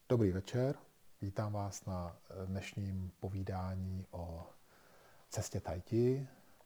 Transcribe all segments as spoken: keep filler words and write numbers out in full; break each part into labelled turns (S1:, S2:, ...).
S1: Dobrý večer, vítám vás na dnešním povídání o cestě Tai Chi.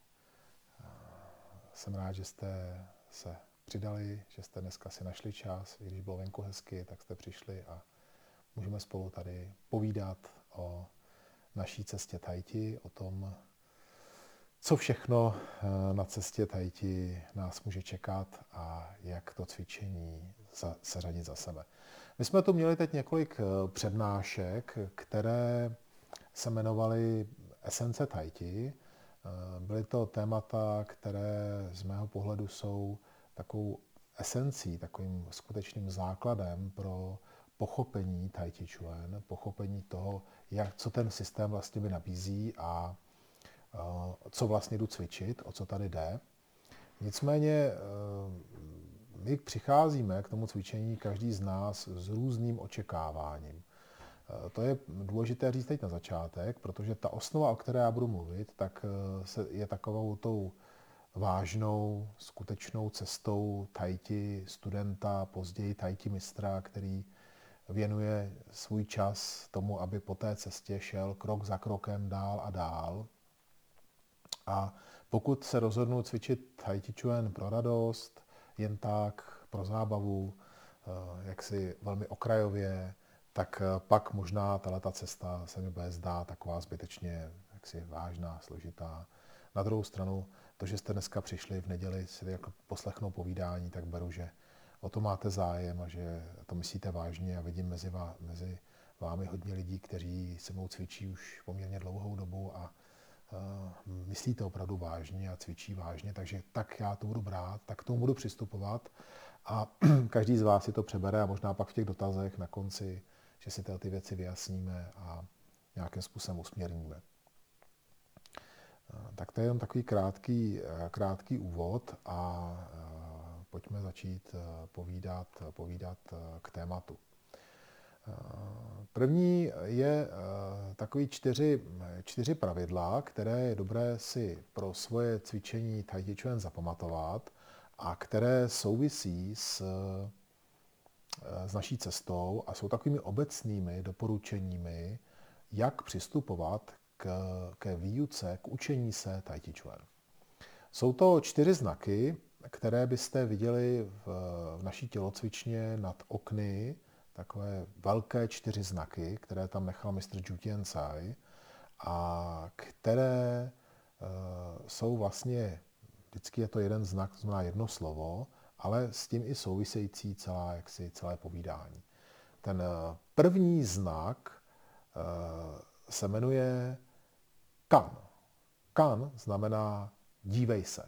S1: Jsem rád, že jste se přidali, že jste dneska si našli čas, i když bylo venku hezky, tak jste přišli a můžeme spolu tady povídat o naší cestě Tai Chi, o tom, co všechno na cestě Tai Chi nás může čekat a jak to cvičení seřadit za sebe. My jsme tu měli teď několik přednášek, které se jmenovaly Esence Tai Chi. Byly to témata, které z mého pohledu jsou takovou esencí, takovým skutečným základem pro pochopení Tai Chi Chuan, pochopení toho, jak, co ten systém vlastně mi nabízí a co vlastně jdu cvičit, o co tady jde. Nicméně my přicházíme k tomu cvičení každý z nás s různým očekáváním. To je důležité říct teď na začátek, protože ta osnova, o které já budu mluvit, tak je takovou tou vážnou, skutečnou cestou Tai Chi studenta, později Tai Chi mistra, který věnuje svůj čas tomu, aby po té cestě šel krok za krokem dál a dál. A pokud se rozhodnu cvičit Tai Chi Chuan pro radost, jen tak, pro zábavu, jaksi velmi okrajově, tak pak možná tato cesta se mi bude zdát taková zbytečně jaksi vážná, složitá. Na druhou stranu, to, že jste dneska přišli v neděli si jako poslechnout povídání, tak beru, že o to máte zájem a že to myslíte vážně a vidím mezi, vá, mezi vámi hodně lidí, kteří se mnou cvičí už poměrně dlouhou dobu a myslíte opravdu vážně a cvičí vážně, takže tak já to budu brát, tak k tomu budu přistupovat a každý z vás si to přebere a možná pak v těch dotazech na konci, že si ty věci vyjasníme a nějakým způsobem usměrníme. Tak to je jen takový krátký, krátký úvod a pojďme začít povídat, povídat k tématu. První je takový čtyři, čtyři pravidla, které je dobré si pro svoje cvičení Tai Chi Chuan zapamatovat a které souvisí s, s naší cestou a jsou takovými obecnými doporučeními, jak přistupovat k, ke výuce, k učení se Tai Chi Chuan. Jsou to čtyři znaky, které byste viděli v, v naší tělocvičně nad okny, takové velké čtyři znaky, které tam nechal mistr Zhu Tiancai a které uh, jsou vlastně, vždycky je to jeden znak, to znamená jedno slovo, ale s tím i související celá, jaksi, celé povídání. Ten uh, první znak uh, se jmenuje kan. Kan znamená dívej se.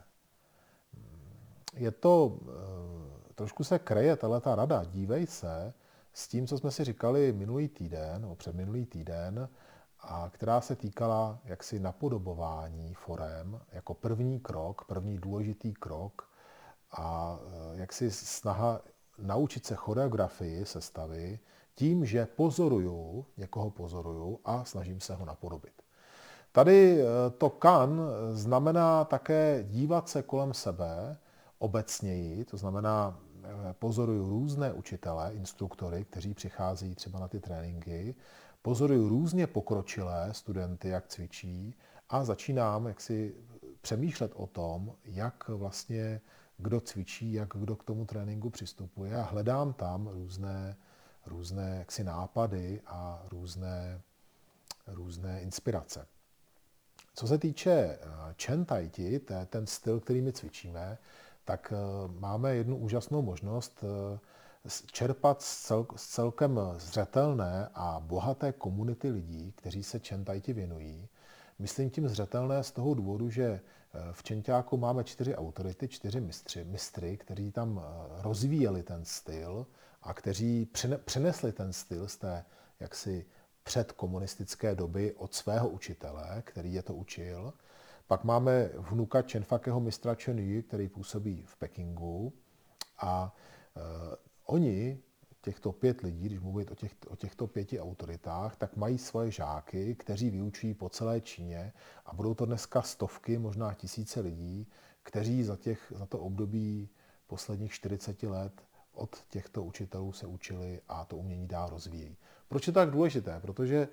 S1: Je to, uh, trošku se kreje tato rada, dívej se, s tím, co jsme si říkali minulý týden, nebo předminulý týden, a která se týkala jaksi napodobování forem jako první krok, první důležitý krok a jaksi snaha naučit se choreografii sestavy tím, že pozoruju, někoho pozoruju a snažím se ho napodobit. Tady to kan znamená také dívat se kolem sebe obecněji, to znamená pozoruju různé učitele, instruktory, kteří přicházejí třeba na ty tréninky, pozoruju různě pokročilé studenty, jak cvičí a začínám jaksi přemýšlet o tom, jak vlastně kdo cvičí, jak kdo k tomu tréninku přistupuje a hledám tam různé, různé jaksi nápady a různé, různé inspirace. Co se týče Chen Tai Chi, to je ten styl, který my cvičíme, tak máme jednu úžasnou možnost čerpat z, cel, z celkem zřetelné a bohaté komunity lidí, kteří se Chen Tai Chi věnují. Myslím tím zřetelné z toho důvodu, že v Čenťáku máme čtyři autority, čtyři mistři, mistry, kteří tam rozvíjeli ten styl a kteří přenesli ten styl z té jaksi předkomunistické doby od svého učitele, který je to učil. Pak máme vnuka Čenfakeho mistra Chen Yu, který působí v Pekingu. A e, oni, těchto pět lidí, když mluvit o, těch, o těchto pěti autoritách, tak mají svoje žáky, kteří vyučují po celé Číně a budou to dneska stovky, možná tisíce lidí, kteří za, těch, za to období posledních čtyřicet let od těchto učitelů se učili a to umění dál rozvíjí. Proč je to tak důležité? Protože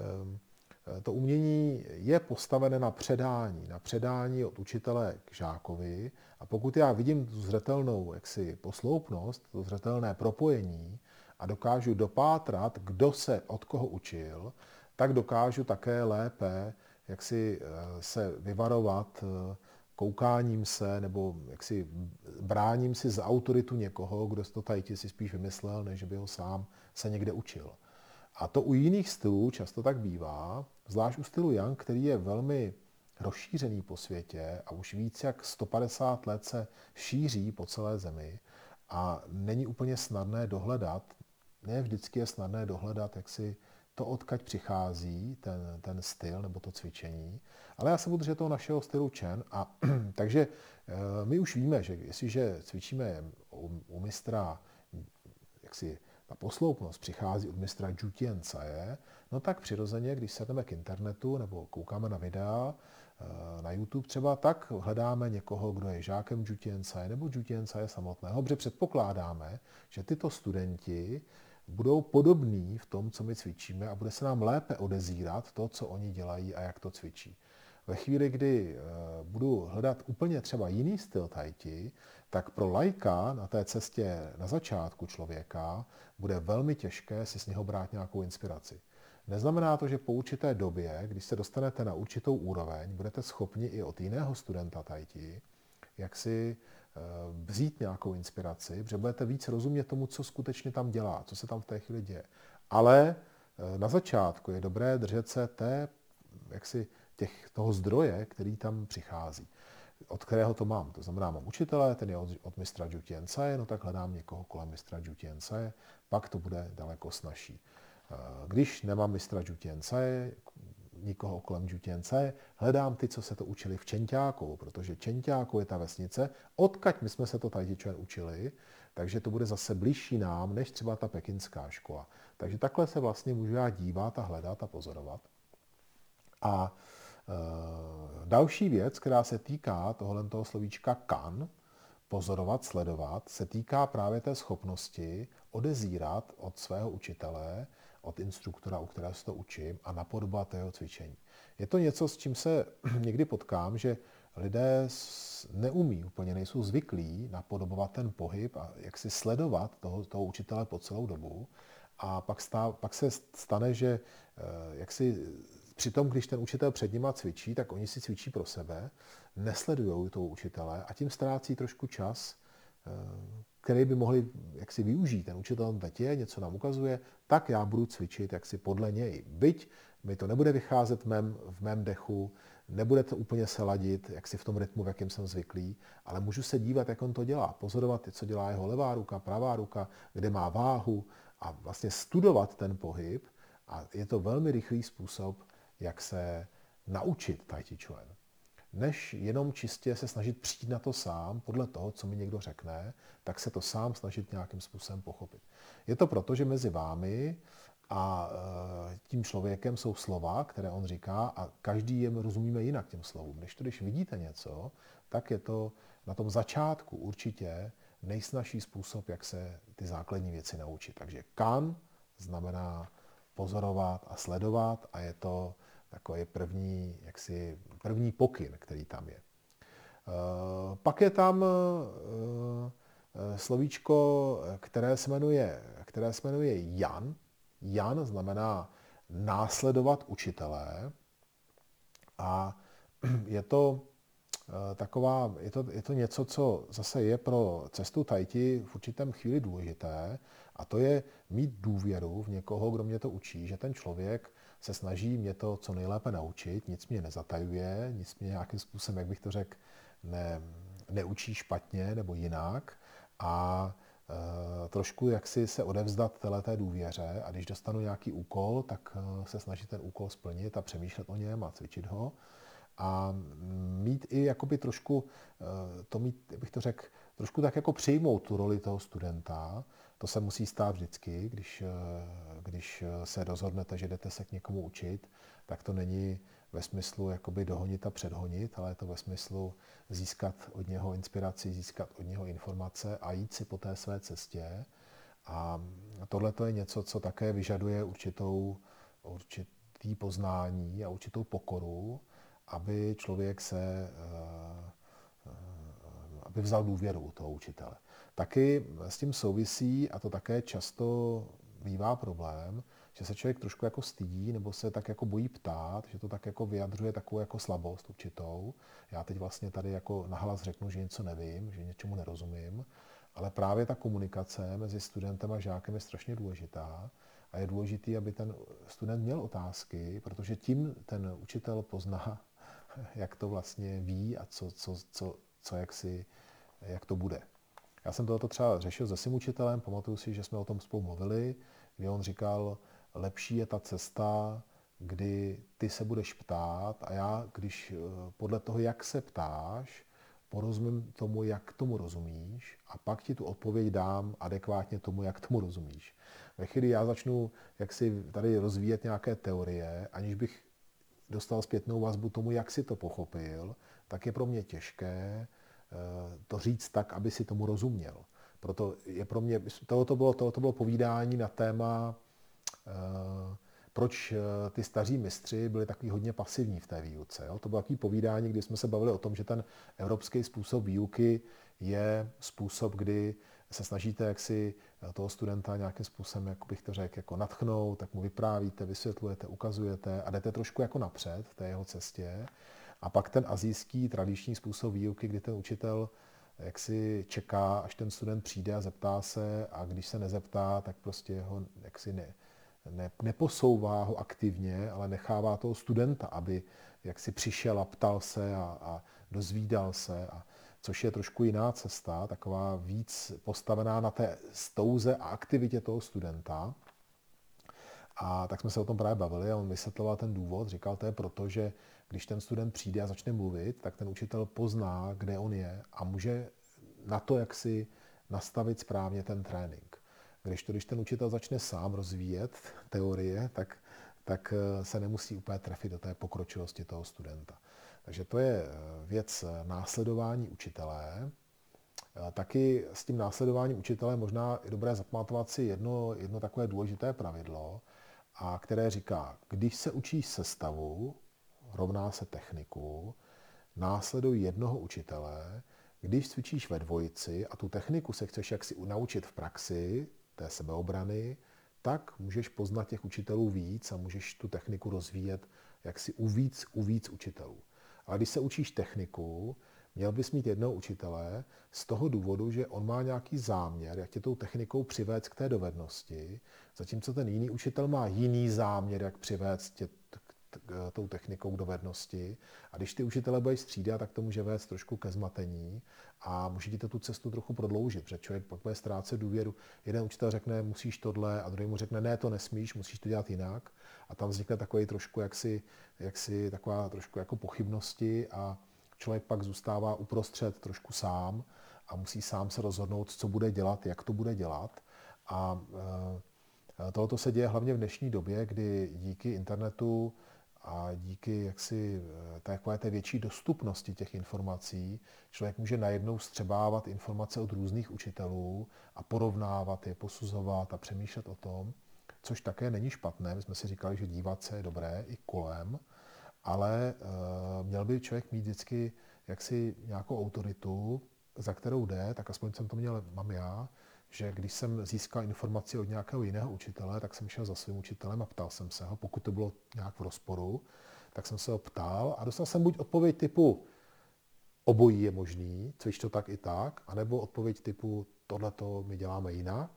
S1: to umění je postavené na předání, na předání od učitele k žákovi a pokud já vidím tu zřetelnou jaksi posloupnost, to zřetelné propojení a dokážu dopátrat, kdo se od koho učil, tak dokážu také lépe jaksi se vyvarovat koukáním se nebo jaksi bráním si za autoritu někoho, kdo to tai chi si spíš vymyslel, než by ho sám se někde učil. A to u jiných stylů často tak bývá, zvlášť u stylu Yang, který je velmi rozšířený po světě a už víc jak sto padesát let se šíří po celé zemi a není úplně snadné dohledat, ne vždycky je snadné dohledat, jak si to, odkud přichází ten, ten styl nebo to cvičení. Ale já se budu držet toho našeho stylu Chen. A takže my už víme, že jestliže cvičíme u, u mistra, jaksi ta posloupnost přichází od mistra Zhu Tiancaie, no tak přirozeně, když sedneme k internetu nebo koukáme na videa, na YouTube třeba, tak hledáme někoho, kdo je žákem Zhu Tiancaie nebo Zhu Tiancaie samotného, protože předpokládáme, že tyto studenti budou podobní v tom, co my cvičíme a bude se nám lépe odezírat to, co oni dělají a jak to cvičí. Ve chvíli, kdy budu hledat úplně třeba jiný styl tai chi, tak pro laika na té cestě na začátku člověka bude velmi těžké si z něho brát nějakou inspiraci. Neznamená to, že po určité době, když se dostanete na určitou úroveň, budete schopni i od jiného studenta tai chi, jak si vzít nějakou inspiraci, protože budete víc rozumět tomu, co skutečně tam dělá, co se tam v té chvíli děje. Ale na začátku je dobré držet se té, jaksi, těch, toho zdroje, který tam přichází, od kterého to mám. To znamená, mám učitele, ten je od, od mistra Zhu Tiancaie, no tak hledám někoho kolem mistra Zhu Tiancaie, pak to bude daleko snazší. Když nemám mistra Zhu Tiancaie, nikoho kolem Zhu Tiancaie, hledám ty, co se to učili v Čenťáku, protože Čenťáku je ta vesnice, odkud my jsme se to tai chi chuan učili, takže to bude zase blížší nám, než třeba ta pekinská škola. Takže takhle se vlastně můžu já dívat a hledat a pozorovat. A e, další věc, která se týká tohohle toho slovíčka kan, pozorovat, sledovat, se týká právě té schopnosti odezírat od svého učitele, od instruktora, u kterého se to učím, a napodobovat jeho cvičení. Je to něco, s čím se někdy potkám, že lidé neumí, úplně nejsou zvyklí napodobovat ten pohyb a jak si sledovat toho, toho učitele po celou dobu. A pak, stá, pak se stane, že jak si přitom, když ten učitel před nima cvičí, tak oni si cvičí pro sebe, nesledují toho učitele a tím ztrácí trošku čas, který by mohli jaksi využít. Ten učitel teď je, něco nám ukazuje, tak já budu cvičit jaksi podle něj. Byť mi to nebude vycházet v mém, v mém dechu, nebude to úplně se ladit, jaksi v tom rytmu, v jakém jsem zvyklý, ale můžu se dívat, jak on to dělá, pozorovat, co dělá jeho levá ruka, pravá ruka, kde má váhu a vlastně studovat ten pohyb. A je to velmi rychlý způsob, jak se naučit tai chi chuan. Než jenom čistě se snažit přijít na to sám, podle toho, co mi někdo řekne, tak se to sám snažit nějakým způsobem pochopit. Je to proto, že mezi vámi a tím člověkem jsou slova, které on říká a každý jim rozumíme jinak těm slovům. Než to, když vidíte něco, tak je to na tom začátku určitě nejsnažší způsob, jak se ty základní věci naučit. Takže kan znamená pozorovat a sledovat a je to takový první, jaksi, první pokyn, který tam je. Pak je tam slovíčko, které se jmenuje, které se jmenuje Yan. Yan znamená následovat učitele a je to taková, je to, je to něco, co zase je pro cestu tai chi v určitém chvíli důležité a to je mít důvěru v někoho, kdo mě to učí, že ten člověk se snaží mě to co nejlépe naučit, nic mě nezatajuje, nic mě nějakým způsobem, jak bych to řekl, ne, neučí špatně nebo jinak a e, trošku jaksi se odevzdat téhleté důvěře a když dostanu nějaký úkol, tak se snažit ten úkol splnit a přemýšlet o něm a cvičit ho a mít i jakoby trošku, to mít, jak bych to řekl, trošku tak jako přijmout tu roli toho studenta. To se musí stát vždycky, když když se rozhodnete, že jdete se k někomu učit, tak to není ve smyslu jakoby dohonit a předhonit, ale je to ve smyslu získat od něho inspiraci, získat od něho informace a jít si po té své cestě. A tohle to je něco, co také vyžaduje určitou, určitý poznání a určitou pokoru, aby člověk se, aby vzal důvěru u toho učitele. Taky s tím souvisí, a to také často bývá problém, že se člověk trošku jako stydí nebo se tak jako bojí ptát, že to tak jako vyjadřuje takovou jako slabost určitou. Já teď vlastně tady jako nahlas řeknu, že něco nevím, že něčemu nerozumím, ale právě ta komunikace mezi studentem a žákem je strašně důležitá a je důležitý, aby ten student měl otázky, protože tím ten učitel pozná, jak to vlastně ví a co, co, co, co jak, si, jak to bude. Já jsem tohoto třeba řešil se svým učitelem, pamatuju si, že jsme o tom spolu mluvili, kdy on říkal, lepší je ta cesta, kdy ty se budeš ptát a já, když podle toho, jak se ptáš, porozumím tomu, jak tomu rozumíš a pak ti tu odpověď dám adekvátně tomu, jak tomu rozumíš. Ve chvíli já začnu jak si tady rozvíjet nějaké teorie, aniž bych dostal zpětnou vazbu tomu, jak si to pochopil, tak je pro mě těžké to říct tak, aby si tomu rozuměl. Proto je pro mě, tohoto bylo, tohoto bylo povídání na téma, proč ty staří mistři byli takový hodně pasivní v té výuce. Jo? To bylo takové povídání, kdy jsme se bavili o tom, že ten evropský způsob výuky je způsob, kdy se snažíte jaksi toho studenta nějakým způsobem, jak bych to řekl, jako nadchnout, tak mu vyprávíte, vysvětlujete, ukazujete a jdete trošku jako napřed v té jeho cestě. A pak ten asijský tradiční způsob výuky, kdy ten učitel jaksi čeká, až ten student přijde a zeptá se a když se nezeptá, tak prostě ho jaksi ne, ne, neposouvá ho aktivně, ale nechává toho studenta, aby jaksi přišel a ptal se a, a dozvídal se, a, což je trošku jiná cesta, taková víc postavená na té stouze a aktivitě toho studenta. A tak jsme se o tom právě bavili a on vysvětloval ten důvod, říkal, to je proto, že když ten student přijde a začne mluvit, tak ten učitel pozná, kde on je a může na to, jak si nastavit správně ten trénink. Když to, když ten učitel začne sám rozvíjet teorie, tak, tak se nemusí úplně trefit do té pokročilosti toho studenta. Takže to je věc následování učitele. Taky s tím následováním učitele možná je dobré zapamatovat si jedno, jedno takové důležité pravidlo, a které říká, když se učíš sestavu, rovná se techniku, následuj jednoho učitele, když cvičíš ve dvojici a tu techniku se chceš jaksi naučit v praxi, té sebeobrany, tak můžeš poznat těch učitelů víc a můžeš tu techniku rozvíjet jaksi u víc, u víc učitelů. Ale když se učíš techniku, měl bys mít jednoho učitele z toho důvodu, že on má nějaký záměr, jak tě tou technikou přivést k té dovednosti, zatímco ten jiný učitel má jiný záměr, jak přivést tě tou technikou k dovednosti. A když ty učitele budeš střídat, tak to může vést trošku ke zmatení a může ti to tu cestu trochu prodloužit, protože člověk pak bude ztrácet důvěru. Jeden učitel řekne, musíš tohle, a druhý mu řekne, ne, to nesmíš, musíš to dělat jinak. A tam vznikne takový trošku jaksi, jaksi taková trošku jako pochybnosti a člověk pak zůstává uprostřed trošku sám a musí sám se rozhodnout, co bude dělat, jak to bude dělat. A tohoto se děje hlavně v dnešní době, kdy díky internetu a díky jaksi takové té větší dostupnosti těch informací člověk může najednou střebávat informace od různých učitelů a porovnávat je, posuzovat a přemýšlet o tom, což také není špatné. My jsme si říkali, že dívat se je dobré i kolem, ale uh, měl by člověk mít vždycky jaksi nějakou autoritu, za kterou jde, tak aspoň jsem to měl, mám já, že když jsem získal informaci od nějakého jiného učitele, tak jsem šel za svým učitelem a ptal jsem se ho, pokud to bylo nějak v rozporu, tak jsem se ho ptal a dostal jsem buď odpověď typu obojí je možný, cvič to tak i tak, anebo odpověď typu tohleto my děláme jinak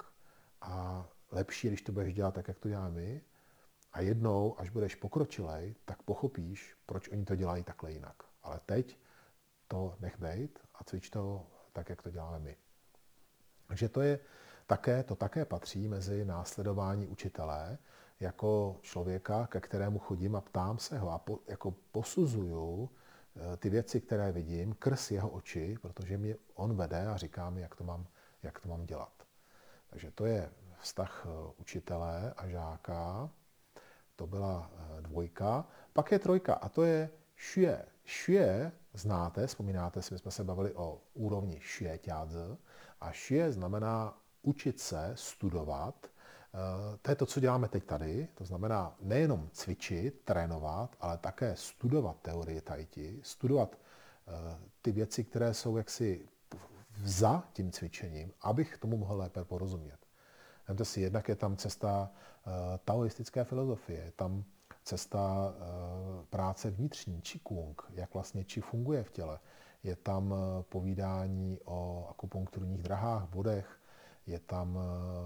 S1: a lepší je, když to budeš dělat tak, jak to děláme my. A jednou, až budeš pokročilej, tak pochopíš, proč oni to dělají takhle jinak. Ale teď to nech bejt a cvič to tak, jak to děláme my. Takže to je také, to také patří mezi následování učitele jako člověka, ke kterému chodím a ptám se ho a po, jako posuzuju ty věci, které vidím, krz jeho oči, protože mě on vede a říká mi, jak to mám, jak to mám dělat. Takže to je vztah učitele a žáka. To byla dvojka. Pak je trojka a to je xue. Xue znáte, vzpomínáte si, my jsme se bavili o úrovni xue tiazi a xue znamená učit se, studovat. To je to, co děláme teď tady, to znamená nejenom cvičit, trénovat, ale také studovat teorii tai chi, studovat ty věci, které jsou jaksi za tím cvičením, abych tomu mohl lépe porozumět. Vemte si, jednak je tam cesta uh, taoistické filozofie, je tam cesta uh, práce vnitřní, qigong, jak vlastně či funguje v těle. Je tam uh, povídání o akupunkturních drahách, bodech, je tam uh,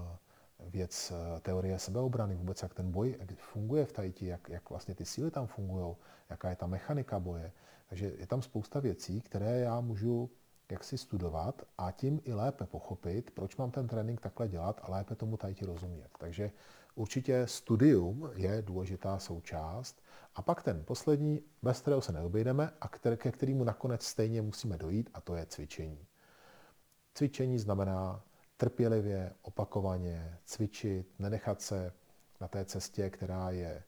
S1: věc uh, teorie sebeobrany, vůbec jak ten boj funguje v tai chi, jak, jak vlastně ty síly tam fungují, jaká je ta mechanika boje. Takže je tam spousta věcí, které já můžu jak si studovat a tím i lépe pochopit, proč mám ten trénink takhle dělat a lépe tomu tai chi rozumět. Takže určitě studium je důležitá součást a pak ten poslední, bez kterého se neobejdeme a který, ke kterému nakonec stejně musíme dojít, a to je cvičení. Cvičení znamená trpělivě, opakovaně cvičit, nenechat se na té cestě, která je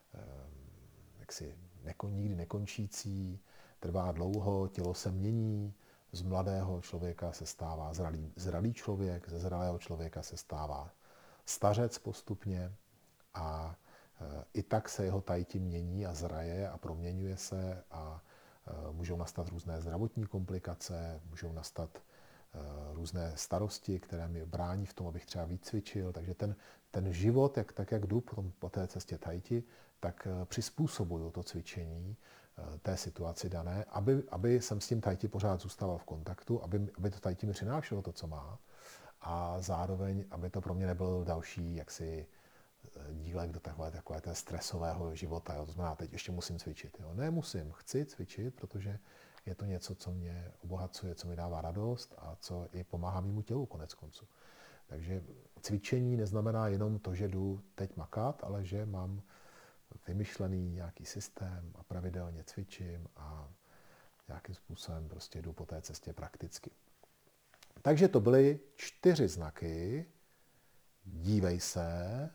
S1: jaksi nekon, nikdy nekončící, trvá dlouho, tělo se mění, z mladého člověka se stává zralý, zralý člověk, ze zralého člověka se stává stařec postupně a e, i tak se jeho tai chi mění a zraje a proměňuje se a e, můžou nastat různé zdravotní komplikace, můžou nastat e, různé starosti, které mi brání v tom, abych třeba víc cvičil. Takže ten, ten život, jak, tak jak jdu po, tom, po té cestě tai chi, tak e, přizpůsobuju to cvičení té situaci dané, aby, aby jsem s tím tai chi pořád zůstával v kontaktu, aby, aby to tai chi mi přinášelo to, co má a zároveň, aby to pro mě nebyl další jaksi dílek do takové, takové té stresového života. Jo. To znamená, teď ještě musím cvičit. Jo. Ne, musím, chci cvičit, protože je to něco, co mě obohacuje, co mi dává radost a co i pomáhá mému tělu konec konců. Takže cvičení neznamená jenom to, že jdu teď makat, ale že mám vymyšlený nějaký systém a pravidelně cvičím a nějakým způsobem prostě jdu po té cestě prakticky. Takže to byly čtyři znaky. Dívej se,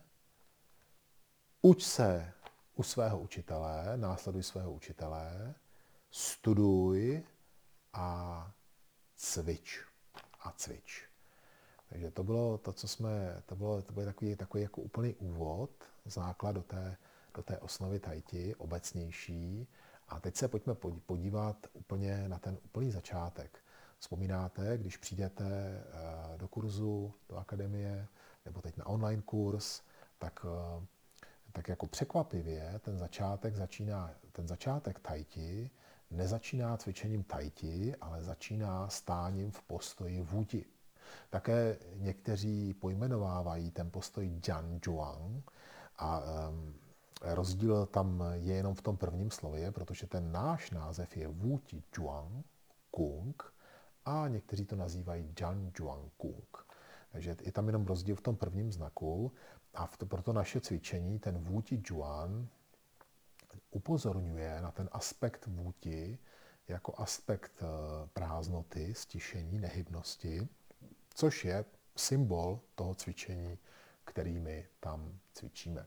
S1: uč se u svého učitele, následuj svého učitele, studuj a cvič. A cvič. Takže to bylo to, co jsme, to bylo, to byl takový, takový jako úplný úvod, základ do té, do té osnovy tai chi, obecnější. A teď se pojďme podívat úplně na ten úplný začátek. Vzpomínáte, když přijdete do kurzu, do akademie, nebo teď na online kurz, tak, tak jako překvapivě ten začátek začíná, ten začátek tai chi nezačíná cvičením tai chi, ale začíná stáním v postoji wuji. Také někteří pojmenovávají ten postoj Jian Zhuang a um, rozdíl tam je jenom v tom prvním slově, protože ten náš název je Wu Ti Zhuang Kung a někteří to nazývají Jian Zhuang Kung. Takže je tam jenom rozdíl v tom prvním znaku a v to, proto naše cvičení, ten Wu Ti Zhuang, upozorňuje na ten aspekt Wu Ti jako aspekt prázdnoty, stišení, nehybnosti, což je symbol toho cvičení, který my tam cvičíme.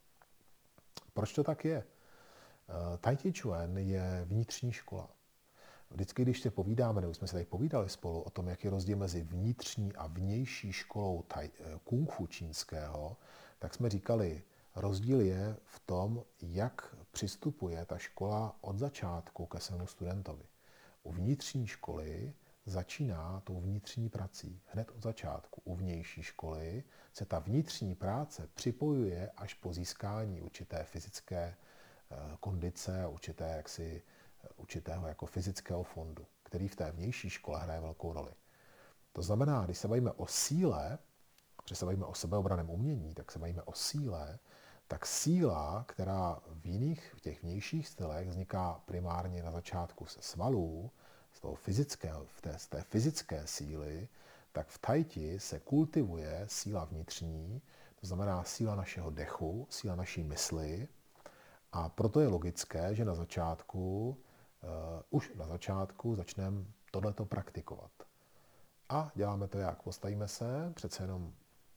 S1: Proč to tak je? Tai Chi Chuan je vnitřní škola. Vždycky, když se povídáme, nebo jsme se tady povídali spolu o tom, jaký je rozdíl mezi vnitřní a vnější školou tai, kung fu čínského, tak jsme říkali, rozdíl je v tom, jak přistupuje ta škola od začátku ke svému studentovi. U vnitřní školy začíná tou vnitřní prací hned od začátku. U vnější školy se ta vnitřní práce připojuje až po získání určité fyzické kondice, určité jaksi, určitého jako fyzického fondu, který v té vnější škole hraje velkou roli. To znamená, když se bavíme o síle, když se bavíme o sebeobranném umění, tak se bavíme o síle, tak síla, která v jiných, v těch vnějších stylech vzniká primárně na začátku se svalů, z toho fyzického, v té, z té fyzické síly, tak v tai chi se kultivuje síla vnitřní, to znamená síla našeho dechu, síla naší mysli. A proto je logické, že na začátku, uh, už na začátku začneme tohleto praktikovat. A děláme to jak? Postavíme se, přece jenom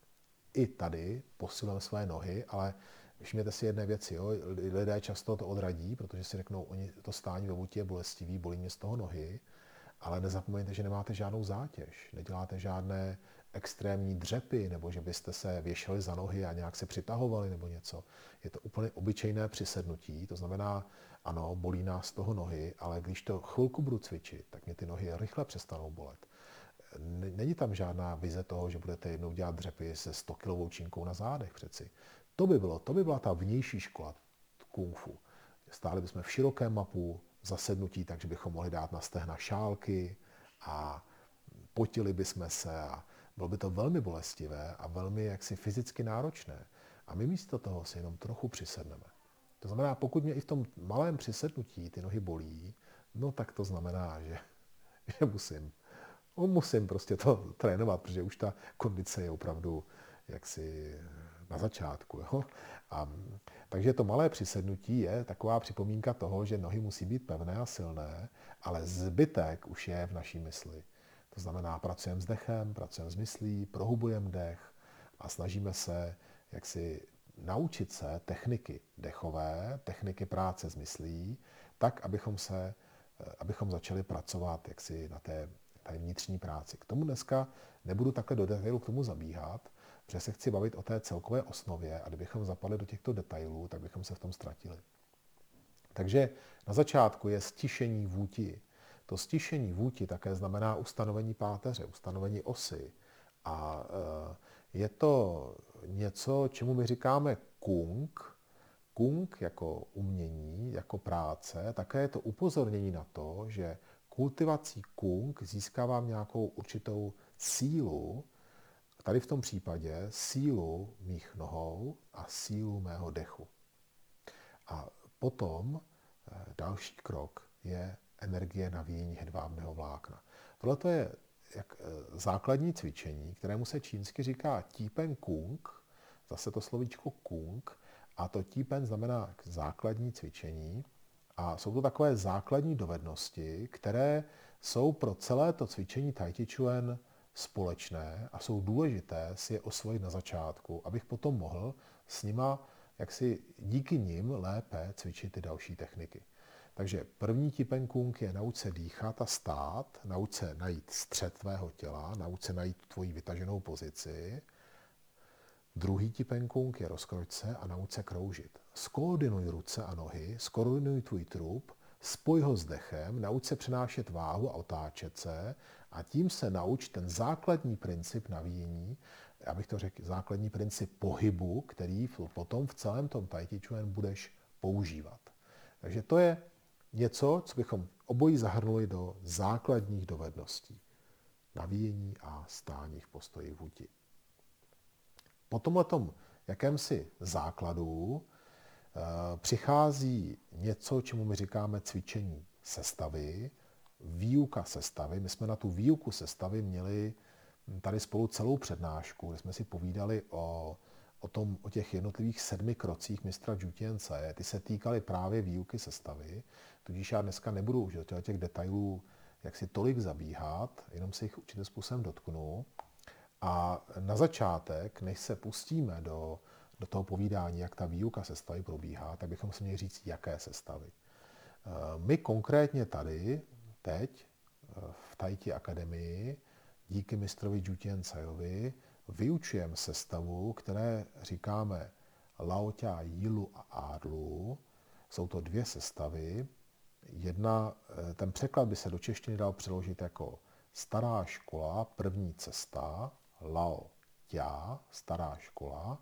S1: i tady posilujeme své nohy, ale všimněte si jedné věci, jo? Lidé často to odradí, protože si řeknou, oni to stání ve vůti je bolestivý, bolí mě z toho nohy, ale nezapomeňte, že nemáte žádnou zátěž, neděláte žádné extrémní dřepy, nebo že byste se věšeli za nohy a nějak se přitahovali nebo něco. Je to úplně obyčejné přisednutí, to znamená, ano, bolí nás z toho nohy, ale když to chvilku budu cvičit, tak mě ty nohy rychle přestanou bolet. Není tam žádná vize toho, že budete jednou dělat dřepy se sto kilovou činkou na zádech přeci. To by bylo, to by byla ta vnější škola kung fu. Stáli bychom v širokém mapu, zasednutí, takže bychom mohli dát na stehna šálky a potili bychom se a bylo by to velmi bolestivé a velmi jaksi fyzicky náročné. A my místo toho si jenom trochu přisedneme. To znamená, pokud mě i v tom malém přisednutí ty nohy bolí, no tak to znamená, že, že musím, musím prostě to trénovat, protože už ta kondice je opravdu jaksi na začátku. Jo? A, takže to malé přisednutí je taková připomínka toho, že nohy musí být pevné a silné, ale zbytek už je v naší mysli. To znamená, pracujeme s dechem, pracujeme s myslí, prohubujeme dech a snažíme se jaksi naučit se techniky dechové, techniky práce s myslí, tak, abychom, se, abychom začali pracovat jaksi na té, té vnitřní práci. K tomu dneska nebudu takhle do detailu k tomu zabíhat, protože se chci bavit o té celkové osnově a kdybychom zapadli do těchto detailů, tak bychom se v tom ztratili. Takže na začátku je stišení vůti. To stišení vůti také znamená ustanovení páteře, ustanovení osy. A je to něco, čemu my říkáme kung. Kung jako umění, jako práce, také je to upozornění na to, že kultivací kung získávám nějakou určitou sílu, tady v tom případě sílu mých nohou a sílu mého dechu. A potom další krok je energie navíjení hedvábného vlákna. Tohle je jak základní cvičení, kterému se čínsky říká Típen Kung, zase to slovíčko Kung, a to Típen znamená základní cvičení a jsou to takové základní dovednosti, které jsou pro celé to cvičení Tai Chi Chuan společné a jsou důležité si je osvojit na začátku, abych potom mohl s nima, jak si díky nim lépe cvičit ty další techniky. Takže první Típen Kung je nauč se dýchat a stát, nauč se najít střed tvého těla, nauč se najít tvoji vytaženou pozici. Druhý Típen Kung je rozkroč se a nauč se kroužit. Skoordinuj ruce a nohy, skoordinuj tvůj trup, spoj ho s dechem, nauč se přenášet váhu a otáčet se a tím se nauč ten základní princip navíjení, abych to řekl, základní princip pohybu, který potom v celém tom Tai Chi Chuan budeš používat. Takže to je něco, co bychom obojí zahrnuli do základních dovedností. Navíjení a stání v postoji vůti. Po tomhletom jakémsi základu e, přichází něco, čemu my říkáme cvičení sestavy, výuka sestavy. My jsme na tu výuku sestavy měli tady spolu celou přednášku, kde jsme si povídali o, o, tom, o těch jednotlivých sedmi krocích mistra Jutience. Ty se týkaly právě výuky sestavy, tudíž já dneska nebudu už do těch detailů jak si tolik zabíhat, jenom se jich určitým způsobem dotknu. A na začátek, než se pustíme do, do toho povídání, jak ta výuka sestavy probíhá, tak bychom si měli říct, jaké sestavy. My konkrétně tady, teď, v Tai Chi Akademii, díky mistrovi Jutiencejovi, vyučujeme sestavu, které říkáme Laotia, Yilu a Adlu. Jsou to dvě sestavy. Jedna, ten překlad by se do češtiny dal přeložit jako stará škola, první cesta, Lao Tia, stará škola,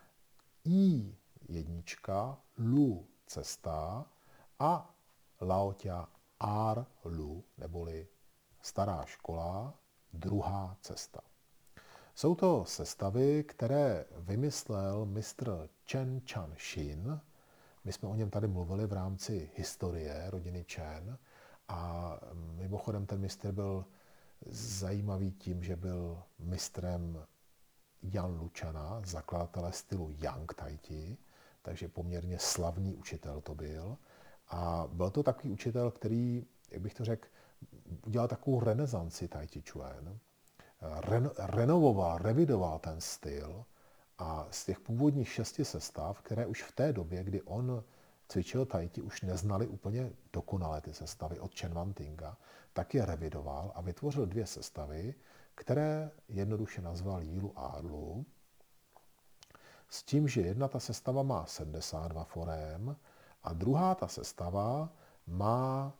S1: I jednička, Lu cesta a Lao Tia Ar Lu, neboli stará škola, druhá cesta. Jsou to sestavy, které vymyslel mistr Chen Chan Shin. My jsme o něm tady mluvili v rámci historie rodiny Chen a mimochodem ten mistr byl zajímavý tím, že byl mistrem Jan Lučana, zakladatele stylu Yang Tai Chi, takže poměrně slavný učitel to byl. A byl to takový učitel, který, jak bych to řekl, udělal takovou renesanci Tai Chi Chuan, Ren- renovoval, revidoval ten styl A z těch původních šesti sestav, které už v té době, kdy on cvičil tai chi, už neznali úplně dokonale ty sestavy od Chen Wantinga, tak je revidoval a vytvořil dvě sestavy, které jednoduše nazval Yilu a Adlu, s tím, že jedna ta sestava má sedmdesát dva forem a druhá ta sestava má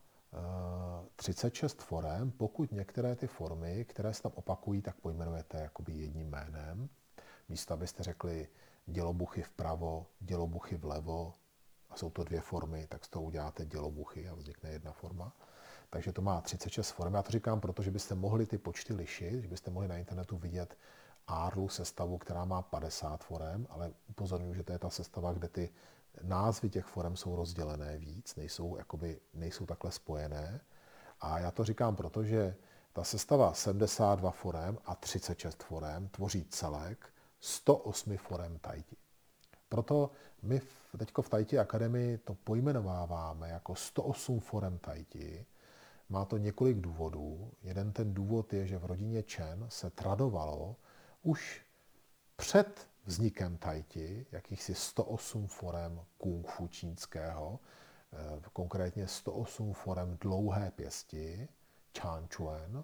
S1: e, třicet šest forem, pokud některé ty formy, které se tam opakují, tak pojmenujete jakoby jedním jménem. Místo, abyste řekli dělobuchy vpravo, dělobuchy vlevo, a jsou to dvě formy, tak z toho uděláte dělobuchy a vznikne jedna forma. Takže to má třicet šest forem. Já to říkám, protože byste mohli ty počty lišit, že byste mohli na internetu vidět Arlu sestavu, která má padesát forem, ale upozorňuji, že to je ta sestava, kde ty názvy těch forem jsou rozdělené víc, nejsou, jakoby, nejsou takhle spojené. A já to říkám, protože ta sestava sedmdesát dva forem a třicet šest forem tvoří celek sto osm forem tai chi. Proto my teď v Tai Chi Akademii to pojmenováváme jako sto osm forem tai chi. Má to několik důvodů. Jeden ten důvod je, že v rodině Chen se tradovalo už před vznikem tai chi jakýchsi sto osm forem kung fu čínského, konkrétně sto osm forem dlouhé pěsti, Chan Chuan,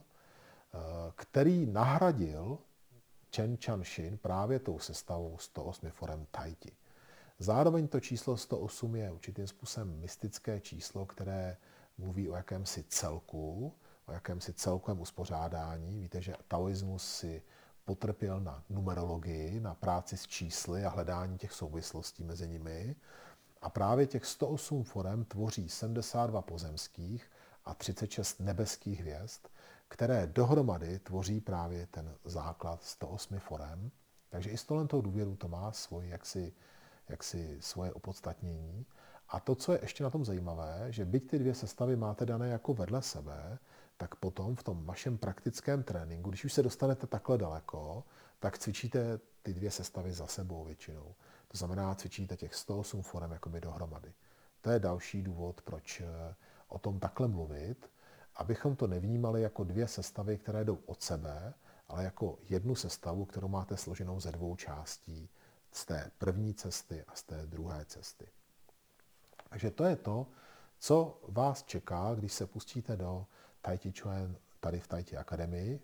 S1: který nahradil Chen Chan Shin právě tou sestavou sto osm forem tai chi. Zároveň to číslo sto osm je určitým způsobem mystické číslo, které mluví o jakémsi celku, o jakémsi celkovém uspořádání. Víte, že taoismus si potrpěl na numerologii, na práci s čísly a hledání těch souvislostí mezi nimi. A právě těch sto osm forem tvoří sedmdesát dva pozemských a třicet šest nebeských hvězd, které dohromady tvoří právě ten základ sto osm forem. Takže i s tohletou důvěru to má svoji jaksi, jaksi svoje opodstatnění. A to, co je ještě na tom zajímavé, že byť ty dvě sestavy máte dané jako vedle sebe, tak potom v tom vašem praktickém tréninku, když už se dostanete takhle daleko, tak cvičíte ty dvě sestavy za sebou většinou. To znamená, cvičíte těch sto osm forem jakoby dohromady. To je další důvod, proč o tom takhle mluvit, abychom to nevnímali jako dvě sestavy, které jdou od sebe, ale jako jednu sestavu, kterou máte složenou ze dvou částí, z té první cesty a z té druhé cesty. Takže to je to, co vás čeká, když se pustíte do Tai Chi Chuan tady v Tai Chi Akademii,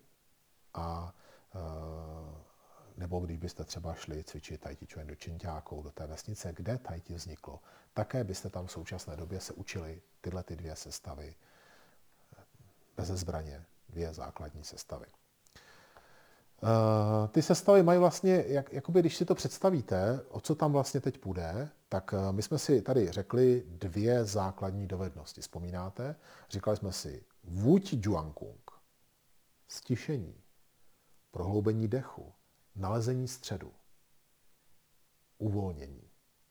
S1: a nebo když byste třeba šli cvičit Tai Chi Chuan do Činťákou, do té vesnice, kde Tai Chi vzniklo. Také byste tam v současné době se učili tyhle ty dvě sestavy beze zbraně, dvě základní sestavy. Uh, ty sestavy mají vlastně, jak, jakoby když si to představíte, o co tam vlastně teď půjde, tak uh, my jsme si tady řekli dvě základní dovednosti. Vzpomínáte? Říkali jsme si Wu Ti Juankung, stišení, prohloubení dechu, nalezení středu, uvolnění.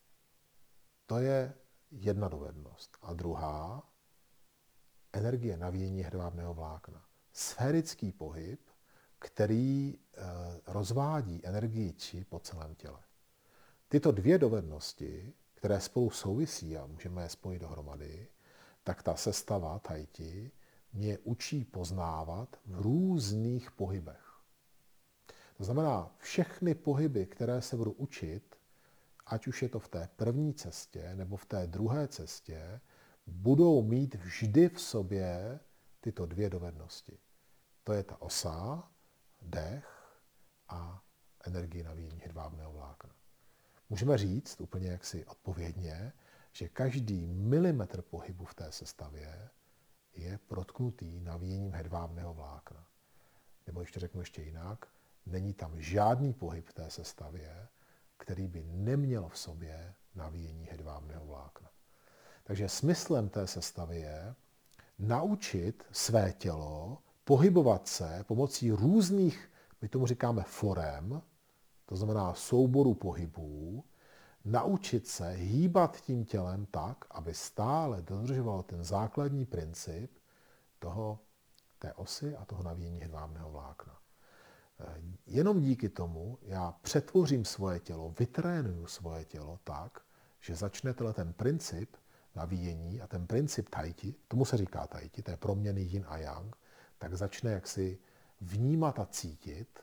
S1: To je jedna dovednost. A druhá, energie navíjení hedvábného vlákna. Sférický pohyb, který e, rozvádí energii či po celém těle. Tyto dvě dovednosti, které spolu souvisí a můžeme je spojit dohromady, tak ta sestava Tai Chi mě učí poznávat v různých pohybech. To znamená, všechny pohyby, které se budu učit, ať už je to v té první cestě nebo v té druhé cestě, budou mít vždy v sobě tyto dvě dovednosti. To je ta osa, dech a energii navíjení hedvábného vlákna. Můžeme říct úplně jaksi odpovědně, že každý milimetr pohybu v té sestavě je protknutý navíjením hedvábného vlákna. Nebo když to řeknu ještě jinak, není tam žádný pohyb v té sestavě, který by neměl v sobě navíjení hedvábného vlákna. Takže smyslem té sestavy je naučit své tělo pohybovat se pomocí různých, my tomu říkáme forem, to znamená souboru pohybů, naučit se hýbat tím tělem tak, aby stále dodržoval ten základní princip toho, té osy a toho navíjení hedvábného vlákna. Jenom díky tomu já přetvořím svoje tělo, vytrénuju svoje tělo tak, že začne ten princip navíjení a ten princip Tai Chi, tomu se říká Tai Chi, to je proměny yin a yang, tak začne jaksi vnímat a cítit,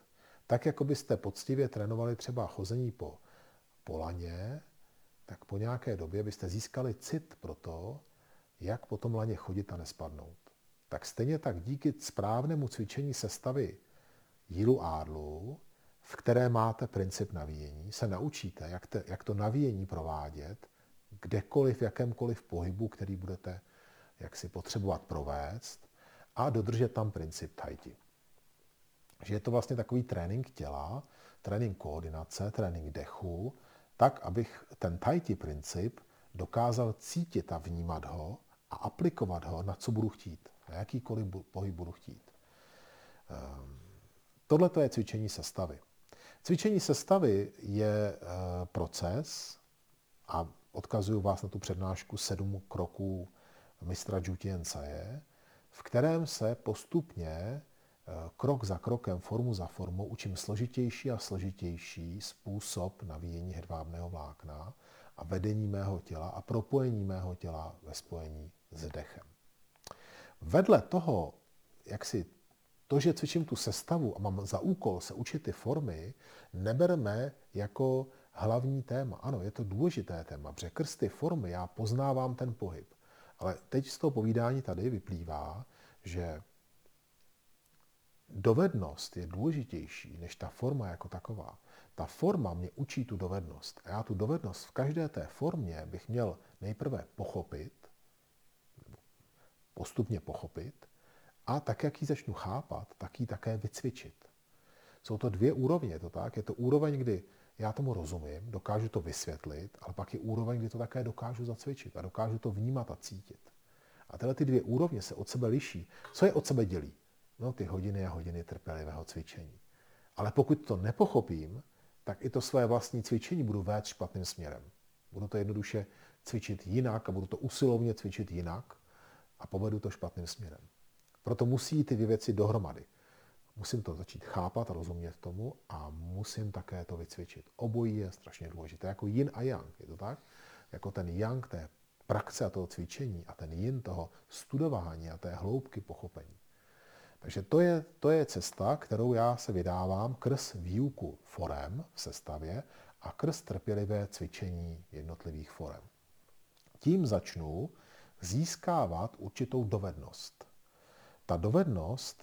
S1: Tak, jako byste poctivě trénovali třeba chození po, po laně, tak po nějaké době byste získali cit pro to, jak po tom laně chodit a nespadnout. Tak stejně tak díky správnému cvičení sestavy jílu ádlu, v které máte princip navíjení, se naučíte, jak, te, jak to navíjení provádět, kdekoliv, v jakémkoliv pohybu, který budete jak si potřebovat provést a dodržet tam princip tai chi. Že je to vlastně takový trénink těla, trénink koordinace, trénink dechu, tak, abych ten tai chi princip dokázal cítit a vnímat ho a aplikovat ho, na co budu chtít, na jakýkoliv pohyb budu chtít. Tohle to je cvičení sestavy. Cvičení sestavy je proces, a odkazuju vás na tu přednášku sedm kroků mistra Zhu Tiancaje, v kterém se postupně krok za krokem, formu za formou učím složitější a složitější způsob navíjení hedvábného vlákna a vedení mého těla a propojení mého těla ve spojení s dechem. Vedle toho, jak si to, že cvičím tu sestavu a mám za úkol se učit ty formy, neberme jako hlavní téma. Ano, je to důležité téma, protože krz ty formy já poznávám ten pohyb. Ale teď z toho povídání tady vyplývá, že dovednost je důležitější než ta forma jako taková. Ta forma mě učí tu dovednost. A já tu dovednost v každé té formě bych měl nejprve pochopit, postupně pochopit, a tak, jak ji začnu chápat, tak ji také vycvičit. Jsou to dvě úrovně, je to tak? Je to úroveň, kdy já tomu rozumím, dokážu to vysvětlit, ale pak je úroveň, kdy to také dokážu zacvičit a dokážu to vnímat a cítit. A tyhle ty dvě úrovně se od sebe liší. Co je od sebe dělí? No, ty hodiny a hodiny trpělivého cvičení. Ale pokud to nepochopím, tak i to své vlastní cvičení budu vést špatným směrem. Budu to jednoduše cvičit jinak a budu to usilovně cvičit jinak a povedu to špatným směrem. Proto musí ty dvě věci dohromady. Musím to začít chápat a rozumět tomu a musím také to vycvičit. Obojí je strašně důležité, jako yin a yang, je to tak? Jako ten yang té praxe a toho cvičení a ten yin toho studování a té hloubky pochopení. Takže to je, to je cesta, kterou já se vydávám krz výuku forem v sestavě a krz trpělivé cvičení jednotlivých forem. Tím začnu získávat určitou dovednost. Ta dovednost,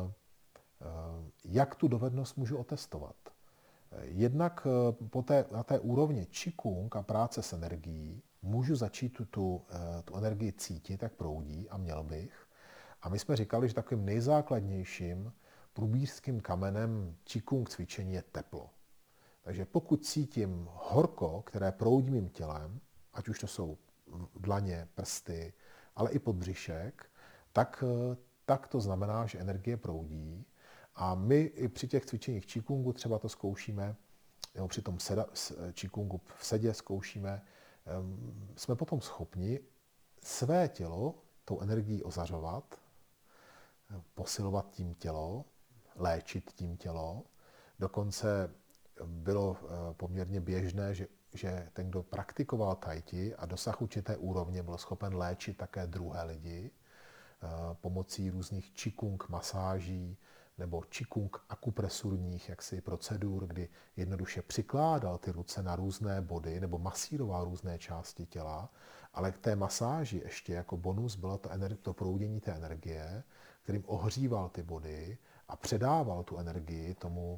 S1: jak tu dovednost můžu otestovat? Jednak po té, na té úrovni Qigong a práce s energií můžu začít tu, tu, tu energii cítit, jak proudí, a měl bych. A my jsme říkali, že takovým nejzákladnějším průbířským kamenem Qigong cvičení je teplo. Takže pokud cítím horko, které proudí mým tělem, ať už to jsou dlaně, prsty, ale i podbřišek, tak, tak to znamená, že energie proudí. A my i při těch cvičeních Qigongu třeba to zkoušíme, nebo při tom seda, Qigongu v sedě zkoušíme, jsme potom schopni své tělo tou energií ozařovat, posilovat tím tělo, léčit tím tělo. Dokonce bylo poměrně běžné, že, že ten, kdo praktikoval tai chi a dosah určité úrovně, byl schopen léčit také druhé lidi pomocí různých Qigong masáží nebo Qigong akupresurních jaksi procedur, kdy jednoduše přikládal ty ruce na různé body nebo masíroval různé části těla, ale k té masáži ještě jako bonus bylo to, energi- to proudění té energie, kterým ohříval ty body a předával tu energii tomu,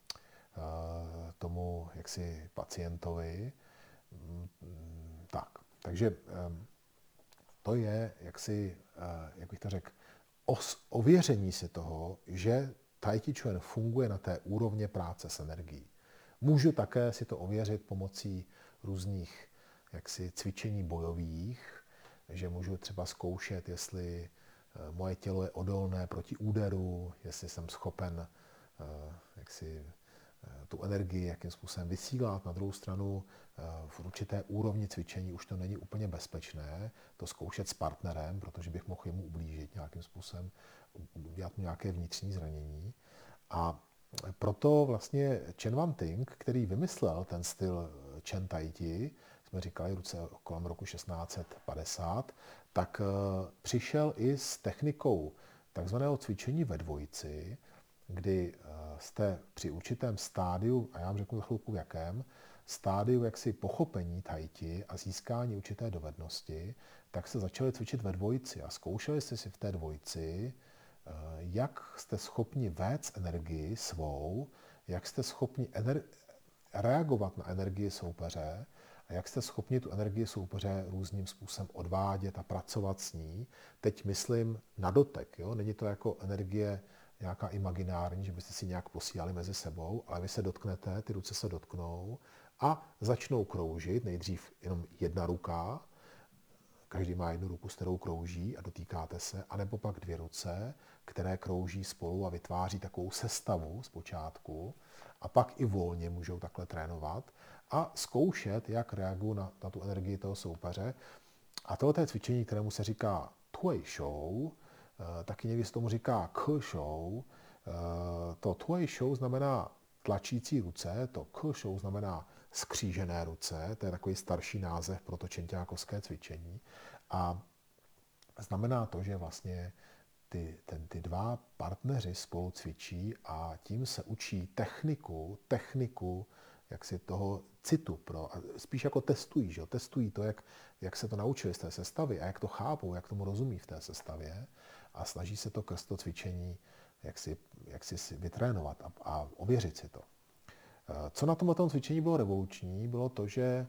S1: tomu jaksi pacientovi. Tak, takže to je jaksi, jak bych to řekl, os, ověření si toho, že Tai Chi Chuan funguje na té úrovně práce s energií. Můžu také si to ověřit pomocí různých jaksi cvičení bojových, že můžu třeba zkoušet, jestli moje tělo je odolné proti úderu, jestli jsem schopen jaksi tu energii jakým způsobem vysílat. Na druhou stranu v určité úrovni cvičení už to není úplně bezpečné to zkoušet s partnerem, protože bych mohl jemu ublížit nějakým způsobem, udělat mu nějaké vnitřní zranění. A proto vlastně Chen Wan Ting, který vymyslel ten styl Chen Tai Chi, jsme říkali ruce kolem roku šestnáct set padesát, tak přišel i s technikou takzvaného cvičení ve dvojici, kdy jste při určitém stádiu, a já vám řeknu za chvilku v jakém, stádiu jaksi pochopení tajti a získání určité dovednosti, tak se začali cvičit ve dvojici a zkoušeli jste si v té dvojici, jak jste schopni vést energii svou, jak jste schopni ener- reagovat na energii soupeře a jak jste schopni tu energii soupeře různým způsobem odvádět a pracovat s ní. Teď myslím na dotek. Jo? Není to jako energie nějaká imaginární, že byste si nějak posílali mezi sebou, ale vy se dotknete, ty ruce se dotknou a začnou kroužit, nejdřív jenom jedna ruka, každý má jednu ruku, s kterou krouží a dotýkáte se, anebo pak dvě ruce, které krouží spolu a vytváří takovou sestavu zpočátku a pak i volně můžou takhle trénovat a zkoušet, jak reagují na, na tu energii toho soupeře. A tohle je cvičení, kterému se říká tuj show, taky někdy se tomu říká k show. To tuj show znamená tlačící ruce, to k show znamená skřížené ruce, to je takový starší název pro to čenťákovské cvičení. A znamená to, že vlastně ty, ten, ty dva partneři spolu cvičí a tím se učí techniku, techniku jak si toho citu, pro, a spíš jako testují, že jo? Testují to, jak, jak se to naučili z té sestavy a jak to chápou, jak tomu rozumí v té sestavě a snaží se to krz to cvičení jak si, jak si vytrénovat a, a ověřit si to. Co na tomto cvičení bylo revoluční, bylo to, že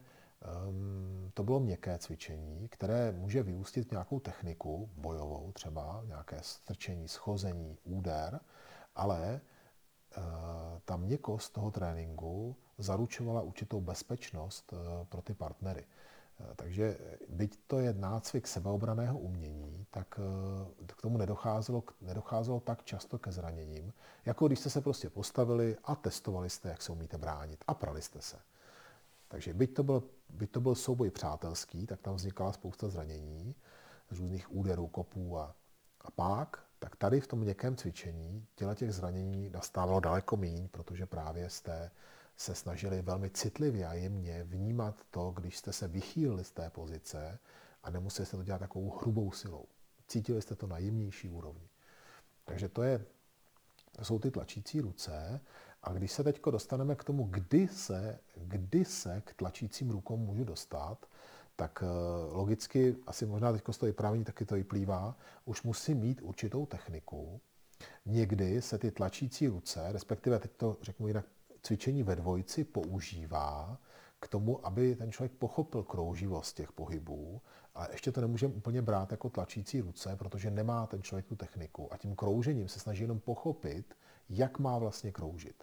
S1: um, to bylo měkké cvičení, které může vyústit v nějakou techniku bojovou, třeba nějaké strčení, schození, úder, ale uh, ta měkkost toho tréninku zaručovala určitou bezpečnost uh, pro ty partnery. Takže byť to je nácvik sebeobraného umění, tak k tomu nedocházelo, nedocházelo tak často ke zraněním, jako když jste se prostě postavili a testovali jste, jak se umíte bránit a prali jste se. Takže byť to byl, byť to byl souboj přátelský, tak tam vznikala spousta zranění, z různých úderů, kopů a, a pák, tak tady v tom měkkém cvičení těle těch zranění nastávalo daleko míň, protože právě jste se snažili velmi citlivě a jemně vnímat to, když jste se vychýlili z té pozice a nemuseli jste to dělat takovou hrubou silou. Cítili jste to na jemnější úrovni. Takže to, je, to jsou ty tlačící ruce. A když se teď dostaneme k tomu, kdy se, kdy se k tlačícím rukou můžu dostat, tak logicky, asi možná teď z toho vyprávění taky to vyplývá, už musím mít určitou techniku. Někdy se ty tlačící ruce, respektive teď to řeknu jinak, cvičení ve dvojici používá k tomu, aby ten člověk pochopil krouživost těch pohybů, ale ještě to nemůžeme úplně brát jako tlačící ruce, protože nemá ten člověk tu techniku a tím kroužením se snaží jenom pochopit, jak má vlastně kroužit.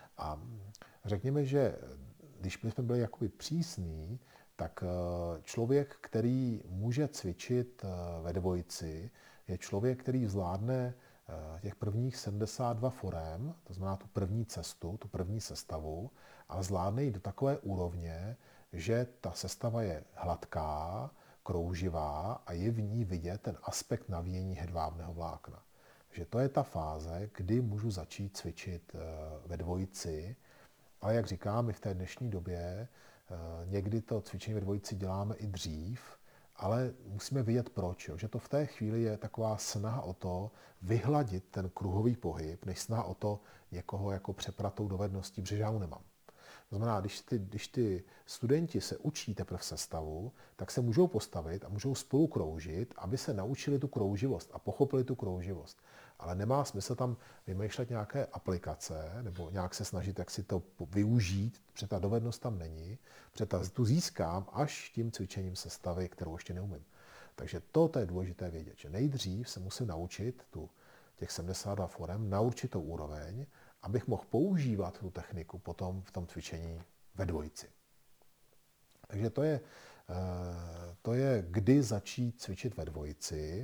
S1: A řekněme, že když bychom byli jakoby přísní, tak člověk, který může cvičit ve dvojici, je člověk, který zvládne těch prvních sedmdesát dva forem, to znamená tu první cestu, tu první sestavu, a zvládne jít do takové úrovně, že ta sestava je hladká, krouživá a je v ní vidět ten aspekt navíjení hedvábného vlákna. Takže to je ta fáze, kdy můžu začít cvičit ve dvojici, ale jak říkám, my v té dnešní době někdy to cvičení ve dvojici děláme i dřív, ale musíme vědět proč, jo? Že to v té chvíli je taková snaha o to vyhladit ten kruhový pohyb, než snaha o to někoho jako přepratou dovedností, protože já ho nemám. To znamená, když ty, když ty studenti se učí teprve sestavu, tak se můžou postavit a můžou spolu kroužit, aby se naučili tu krouživost a pochopili tu krouživost. Ale nemá smysl tam vymýšlet nějaké aplikace nebo nějak se snažit, jak si to využít, protože ta dovednost tam není, protože ta, tu získám až tím cvičením sestavy, kterou ještě neumím. Takže to je důležité vědět, že nejdřív se musím naučit tu, těch sedmdesát dva forem na určitou úroveň, abych mohl používat tu techniku potom v tom cvičení ve dvojici. Takže to je, to je kdy začít cvičit ve dvojici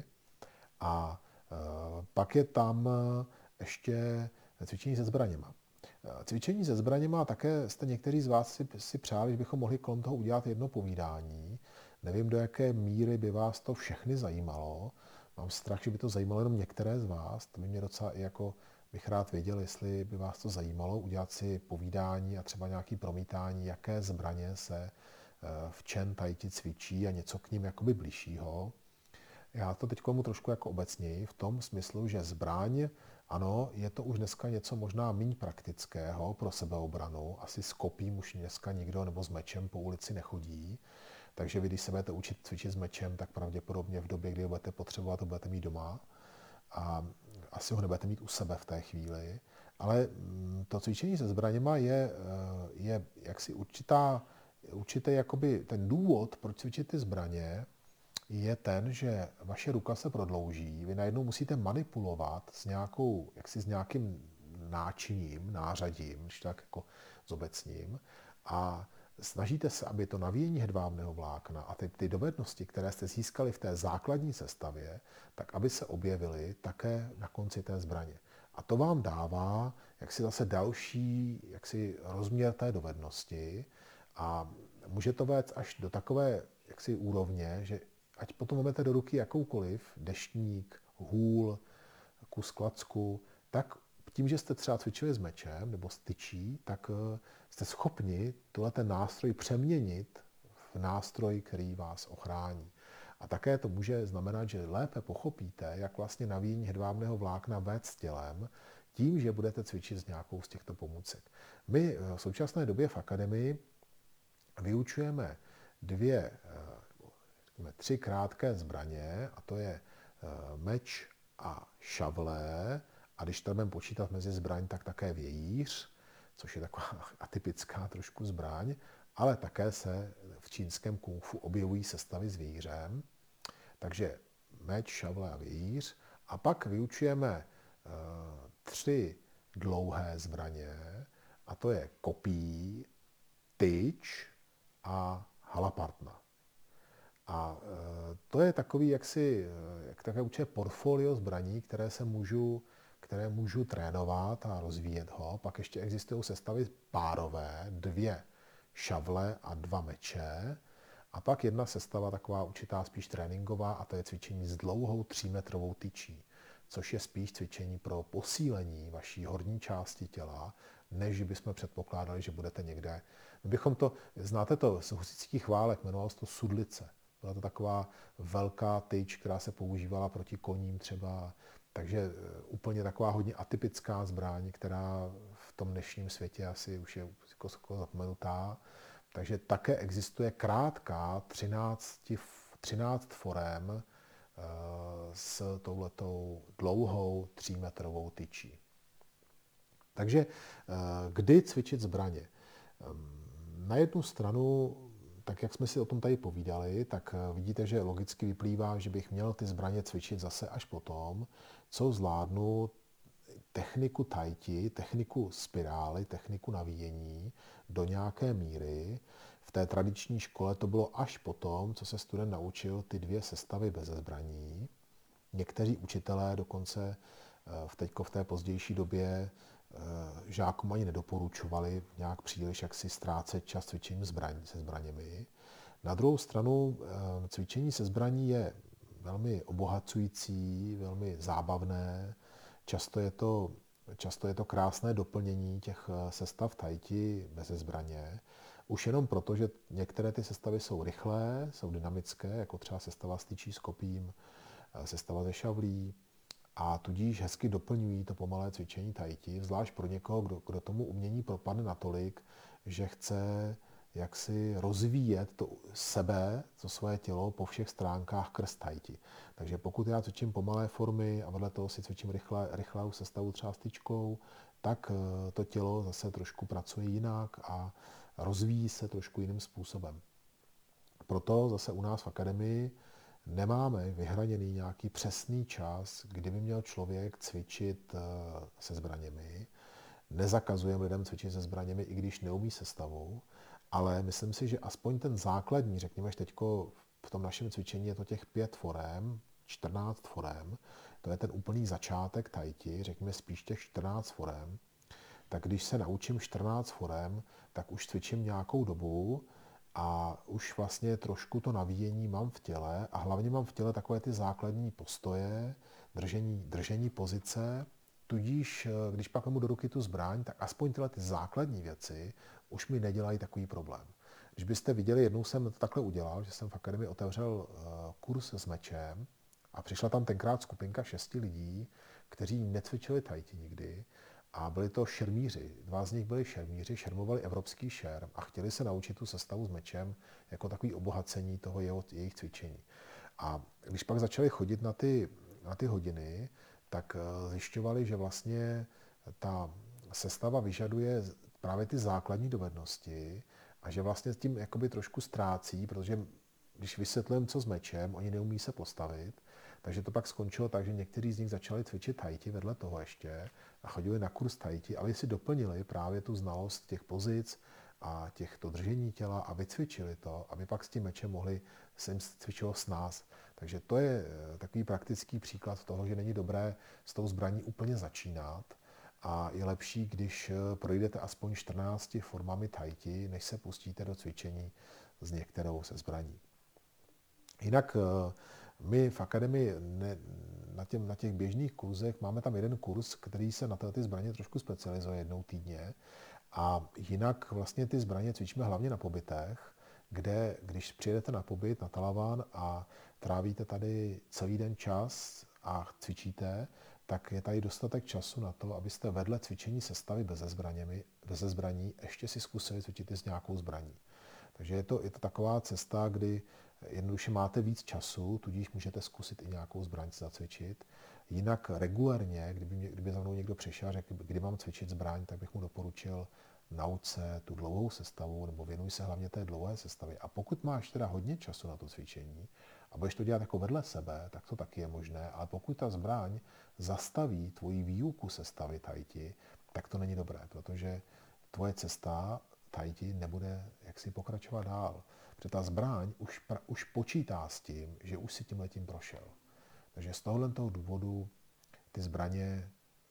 S1: a pak je tam ještě cvičení se zbraněma. Cvičení se zbraněma také jste někteří z vás si, si přáli, že bychom mohli kolem toho udělat jedno povídání. Nevím, do jaké míry by vás to všechny zajímalo. Mám strach, že by to zajímalo jenom některé z vás. To by mě docela i jako bych rád věděl, jestli by vás to zajímalo, udělat si povídání a třeba nějaké promítání, jaké zbraně se v Čen Tajti cvičí a něco k ním jakoby bližšího. Já to teď komu trošku jako obecněji v tom smyslu, že zbraň, ano, je to už dneska něco možná méně praktického pro sebeobranu. Asi s kopím už dneska nikdo nebo s mečem po ulici nechodí. Takže vy, když se budete učit cvičit s mečem, tak pravděpodobně v době, kdy ho budete potřebovat, ho budete mít doma. A asi ho nebudete mít u sebe v té chvíli. Ale to cvičení se zbraněma je, je jaksi určitá, určitý jakoby ten důvod, proč cvičit ty zbraně, je ten, že vaše ruka se prodlouží, vy najednou musíte manipulovat s nějakou, jaksi s nějakým náčiním, nářadím, když tak jako zobecním, a snažíte se, aby to navíjení hedvábného vlákna a ty, ty dovednosti, které jste získali v té základní sestavě, tak aby se objevily také na konci té zbraně. A to vám dává jaksi zase další jaksi rozměr té dovednosti a může to vést až do takové jaksi úrovně, že ať potom vezmete do ruky jakoukoliv, deštník, hůl, kus klacku, tak tím, že jste třeba cvičili s mečem nebo s tyčí, tak jste schopni tohle ten nástroj přeměnit v nástroj, který vás ochrání. A také to může znamenat, že lépe pochopíte, jak vlastně navíjení hedvábného vlákna vést s tělem, tím, že budete cvičit s nějakou z těchto pomůcek. My v současné době v akademii vyučujeme dvě, tři krátké zbraně, a to je meč a šavle, a když to budeme počítat mezi zbraň, tak také vějíř, což je taková atypická trošku zbraň, ale také se v čínském kung fu objevují sestavy s vějířem. Takže meč, šavle a vějíř. A pak vyučujeme uh, tři dlouhé zbraně, a to je kopí, tyč a halapartna. A uh, to je takový jaksi, jak také určitě portfolio zbraní, které se můžu které můžu trénovat a rozvíjet ho. Pak ještě existují sestavy párové, dvě šavle a dva meče. A pak jedna sestava taková určitá spíš tréninková, a to je cvičení s dlouhou třímetrovou tyčí, což je spíš cvičení pro posílení vaší horní části těla, než bychom předpokládali, že budete někde. My bychom to, znáte to z husitských válek, jmenovalo se to sudlice. Byla to taková velká tyč, která se používala proti koním třeba. Takže úplně taková hodně atypická zbraň, která v tom dnešním světě asi už je jako zapomenutá. Takže také existuje krátká třináct, třináct forem s touhletou dlouhou třímetrovou tyčí. Takže kdy cvičit zbraně? Na jednu stranu, tak jak jsme si o tom tady povídali, tak vidíte, že logicky vyplývá, že bych měl ty zbraně cvičit zase až potom, co zvládnu techniku tai chi, techniku spirály, techniku navíjení do nějaké míry. V té tradiční škole to bylo až potom, co se student naučil ty dvě sestavy beze zbraní. Někteří učitelé dokonce v teďko v té pozdější době žákům ani nedoporučovali nějak příliš jak si ztrácet čas cvičením zbraň, se zbraněmi. Na druhou stranu cvičení se zbraní je velmi obohacující, velmi zábavné. Často je to, často je to krásné doplnění těch sestav tai chi beze zbraně. Už jenom proto, že některé ty sestavy jsou rychlé, jsou dynamické, jako třeba sestava s tyčí s kopím, sestava ze šavlí, a tudíž hezky doplňují to pomalé cvičení tai chi, zvlášť pro někoho, kdo, kdo tomu umění propadne natolik, že chce jaksi rozvíjet to sebe, to svoje tělo po všech stránkách krz tai chi. Takže pokud já cvičím pomalé formy a vedle toho si cvičím rychle, rychlou sestavu třeba s tyčkou, tak to tělo zase trošku pracuje jinak a rozvíjí se trošku jiným způsobem. Proto zase u nás v akademii nemáme vyhraněný nějaký přesný čas, kdy by měl člověk cvičit se zbraněmi. Nezakazujeme lidem cvičit se zbraněmi, i když neumí sestavu, ale myslím si, že aspoň ten základní, řekněme, že teďko v tom našem cvičení je to těch pět forem, čtrnáct forem, to je ten úplný začátek tai chi, řekněme spíš těch čtrnáct forem, tak když se naučím čtrnáct forem, tak už cvičím nějakou dobu a už vlastně trošku to navíjení mám v těle a hlavně mám v těle takové ty základní postoje, držení, držení pozice, tudíž když pak mu do ruky tu zbraň, tak aspoň tyhle ty základní věci už mi nedělají takový problém. Když byste viděli, jednou jsem to takhle udělal, že jsem v akademii otevřel kurz s mečem A přišla tam tenkrát skupinka šesti lidí, kteří necvičili tai chi nikdy a byli to šermíři. Dva z nich byli šermíři, šermovali evropský šerm a chtěli se naučit tu sestavu s mečem jako takový obohacení toho jeho, jejich cvičení. A když pak začali chodit na ty, na ty hodiny, tak zjišťovali, že vlastně ta sestava vyžaduje právě ty základní dovednosti a že vlastně s tím jakoby trošku ztrácí, protože když vysvětlím, co s mečem, oni neumí se postavit, takže to pak skončilo tak, že někteří z nich začali cvičit tai chi vedle toho ještě a chodili na kurz tai chi, aby si doplnili právě tu znalost těch pozic a těchto držení těla a vycvičili to, aby pak s tím mečem mohli se jim cvičilo s nás. Takže to je takový praktický příklad toho, že není dobré s tou zbraní úplně začínat a je lepší, když projdete aspoň čtrnácti formami tai chi, než se pustíte do cvičení s některou se zbraní. Jinak my v akademii ne, na, těm, na těch běžných kurzech máme tam jeden kurz, který se na ty zbraně trošku specializuje jednou týdně. A jinak vlastně ty zbraně cvičíme hlavně na pobytech, kde když přijedete na pobyt na Talavan a trávíte tady celý den čas a cvičíte, tak je tady dostatek času na to, abyste vedle cvičení sestavy beze, zbraněmi, beze zbraní ještě si zkusili cvičit i s nějakou zbraní. Takže je to, je to taková cesta, kdy jednoduše máte víc času, tudíž můžete zkusit i nějakou zbraň zacvičit. Jinak regulérně, kdyby, mě, kdyby za mnou někdo přišel a řekl, kdy mám cvičit zbraň, tak bych mu doporučil nauč se tu dlouhou sestavu, nebo věnuj se hlavně té dlouhé sestavy. A pokud máš teda hodně času na to cvičení a budeš to dělat jako vedle sebe, tak to taky je možné, ale pokud ta zbraň zastaví tvoji výuku sestavy tai chi, tak to není dobré, protože tvoje cesta tai chi nebude jaksi pokračovat dál. Protože ta zbraň už, už počítá s tím, že už si tímhletím prošel. Takže z tohohle toho důvodu ty zbraně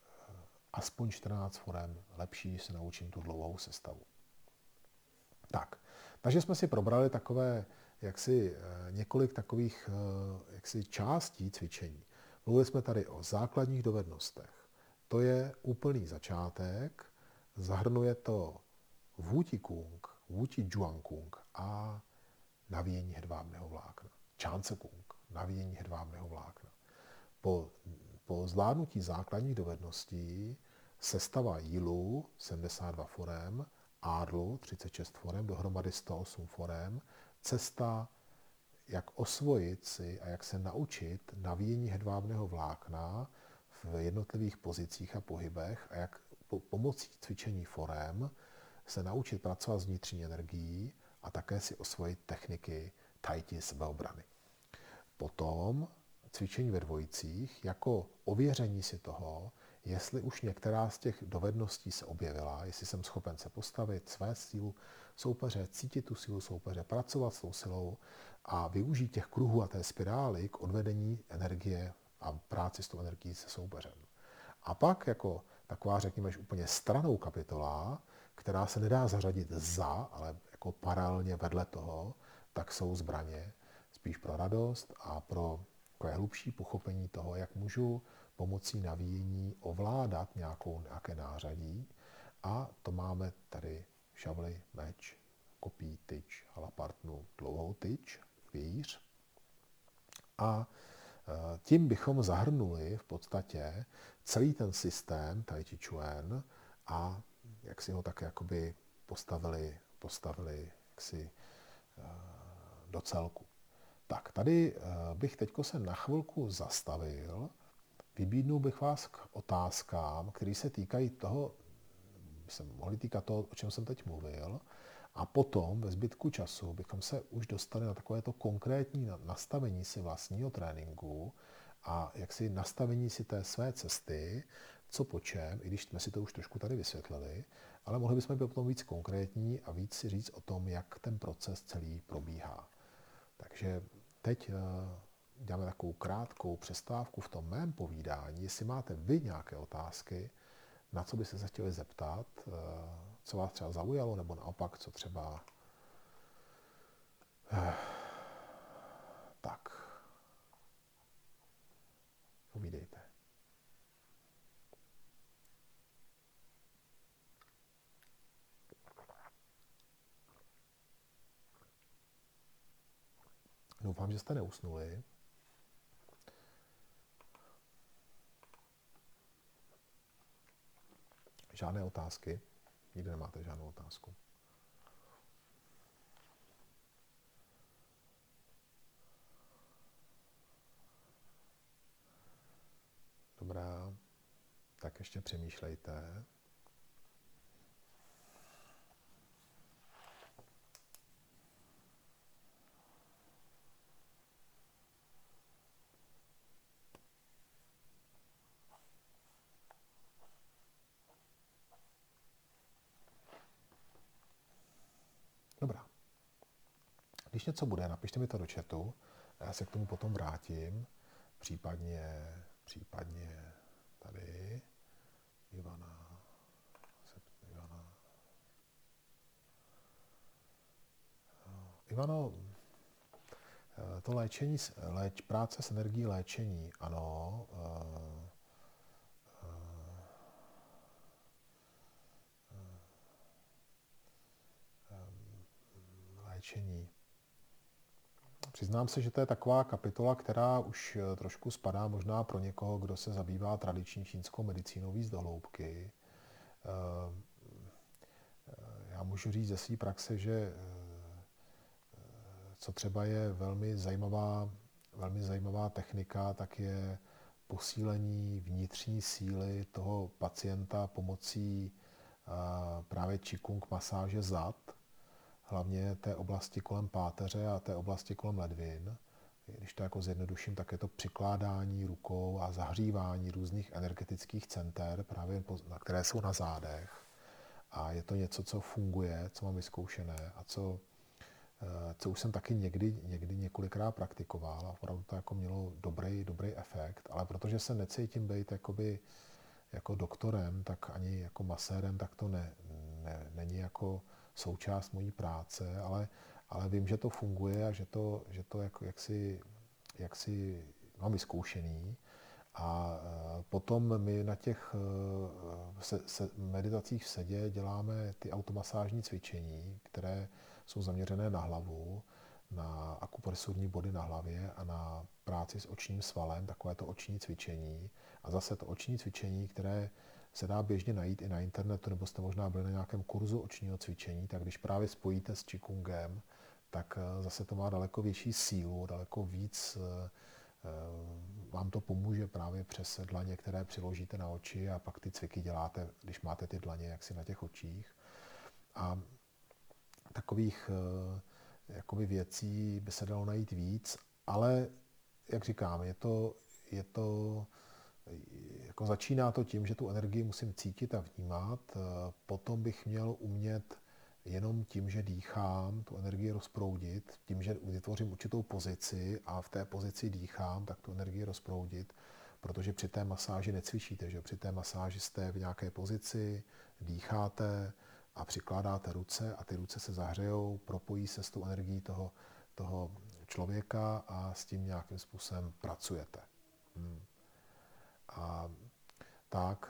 S1: aspoň čtrnáct forem lepší, když se naučím tu dlouhou sestavu. Tak, takže jsme si probrali takové, jaksi několik takových jaksi částí cvičení. Mluvili jsme tady o základních dovednostech. To je úplný začátek, zahrnuje to Wuti Kung, Wuti Juan Kung a navíjení hedvábného vlákna. Chance Kung, navíjení hedvábného vlákna. Po, po zvládnutí základních dovedností sestava Yilu, sedmdesát dva forem, Adlu, třicet šest forem, dohromady sto osm forem, cesta, jak osvojit si a jak se naučit navíjení hedvábného vlákna v jednotlivých pozicích a pohybech a jak pomocí cvičení forem se naučit pracovat s vnitřní energií a také si osvojit techniky tai chi sebeobrany. Potom cvičení ve dvojicích jako ověření si toho, jestli už některá z těch dovedností se objevila, jestli jsem schopen se postavit, své sílu soupeře, cítit tu sílu soupeře, pracovat s tou silou a využít těch kruhů a té spirály k odvedení energie a práci s tou energií se soupeřem. A pak jako taková, řekněme, úplně stranou kapitola, která se nedá zařadit za, ale jako paralelně vedle toho, tak jsou zbraně spíš pro radost a pro takové hlubší pochopení toho, jak můžu pomocí navíjení ovládat nějakou, nějaké nářadí. A to máme tady šavli, meč, kopí, tyč, halapartnu, dlouhou tyč, vějíř. A tím bychom zahrnuli v podstatě celý ten systém Tai Chi Chuan a jak si ho tak jakoby postavili, postavili jaksi do celku. Tak, tady bych teďko se na chvilku zastavil, vybídnul bych vás k otázkám, které se týkají toho, by se mohly týkat toho, o čem jsem teď mluvil, a potom ve zbytku času bychom se už dostali na takovéto konkrétní nastavení si vlastního tréninku a jaksi nastavení si té své cesty, co po čem, i když jsme si to už trošku tady vysvětlili, ale mohli bychom být potom víc konkrétní a víc si říct o tom, jak ten proces celý probíhá. Takže teď děláme takovou krátkou přestávku v tom mém povídání. Jestli máte vy nějaké otázky, na co byste se chtěli zeptat, co vás třeba zaujalo, nebo naopak, co třeba... Tak. Povídejte. Doufám, že jste neusnuli. Žádné otázky? Nikdy nemáte žádnou otázku. Dobrá, tak ještě přemýšlejte. Dobrá. Když něco bude, napište mi to do chatu, já se k tomu potom vrátím, případně, případně tady, Ivana, Ivana. Ivano, to léčení, léč, práce s energií léčení, ano, léčení. Přiznám se, že to je taková kapitola, která už trošku spadá možná pro někoho, kdo se zabývá tradiční čínskou medicínou víc do hloubky. Já můžu říct ze své praxe, že co třeba je velmi zajímavá, velmi zajímavá technika, tak je posílení vnitřní síly toho pacienta pomocí právě Qigong masáže zad, hlavně té oblasti kolem páteře a té oblasti kolem ledvin. Když to jako zjednoduším, tak je to přikládání rukou a zahřívání různých energetických center, právě na které jsou na zádech. A je to něco, co funguje, co mám vyzkoušené a co, co už jsem taky někdy, někdy několikrát praktikoval a opravdu to jako mělo dobrý, dobrý efekt, ale protože se necítím být jakoby, jako doktorem, tak ani jako masérem, tak to ne, ne, není jako součást mojí práce, ale, ale vím, že to funguje a že to, že to jako jaksi, jaksi mám vyzkoušený. A potom my na těch se, se, meditacích v sedě děláme ty automasážní cvičení, které jsou zaměřené na hlavu, na akupresurní body na hlavě a na práci s očním svalem, takové to oční cvičení. A zase to oční cvičení, které se dá běžně najít i na internetu, nebo jste možná byli na nějakém kurzu očního cvičení, tak když právě spojíte s Qigongem, tak zase to má daleko větší sílu, daleko víc vám to pomůže právě přes dlaně, které přiložíte na oči a pak ty cviky děláte, když máte ty dlaně jaksi na těch očích. A takových jakoby věcí by se dalo najít víc, ale jak říkám, je to, je to jako začíná to tím, že tu energii musím cítit a vnímat, potom bych měl umět jenom tím, že dýchám, tu energii rozproudit, tím, že vytvořím určitou pozici a v té pozici dýchám, tak tu energii rozproudit, protože při té masáži necvičíte, že při té masáži jste v nějaké pozici, dýcháte a přikládáte ruce a ty ruce se zahřejou, propojí se s tou energií toho, toho člověka a s tím nějakým způsobem pracujete. Hmm. A tak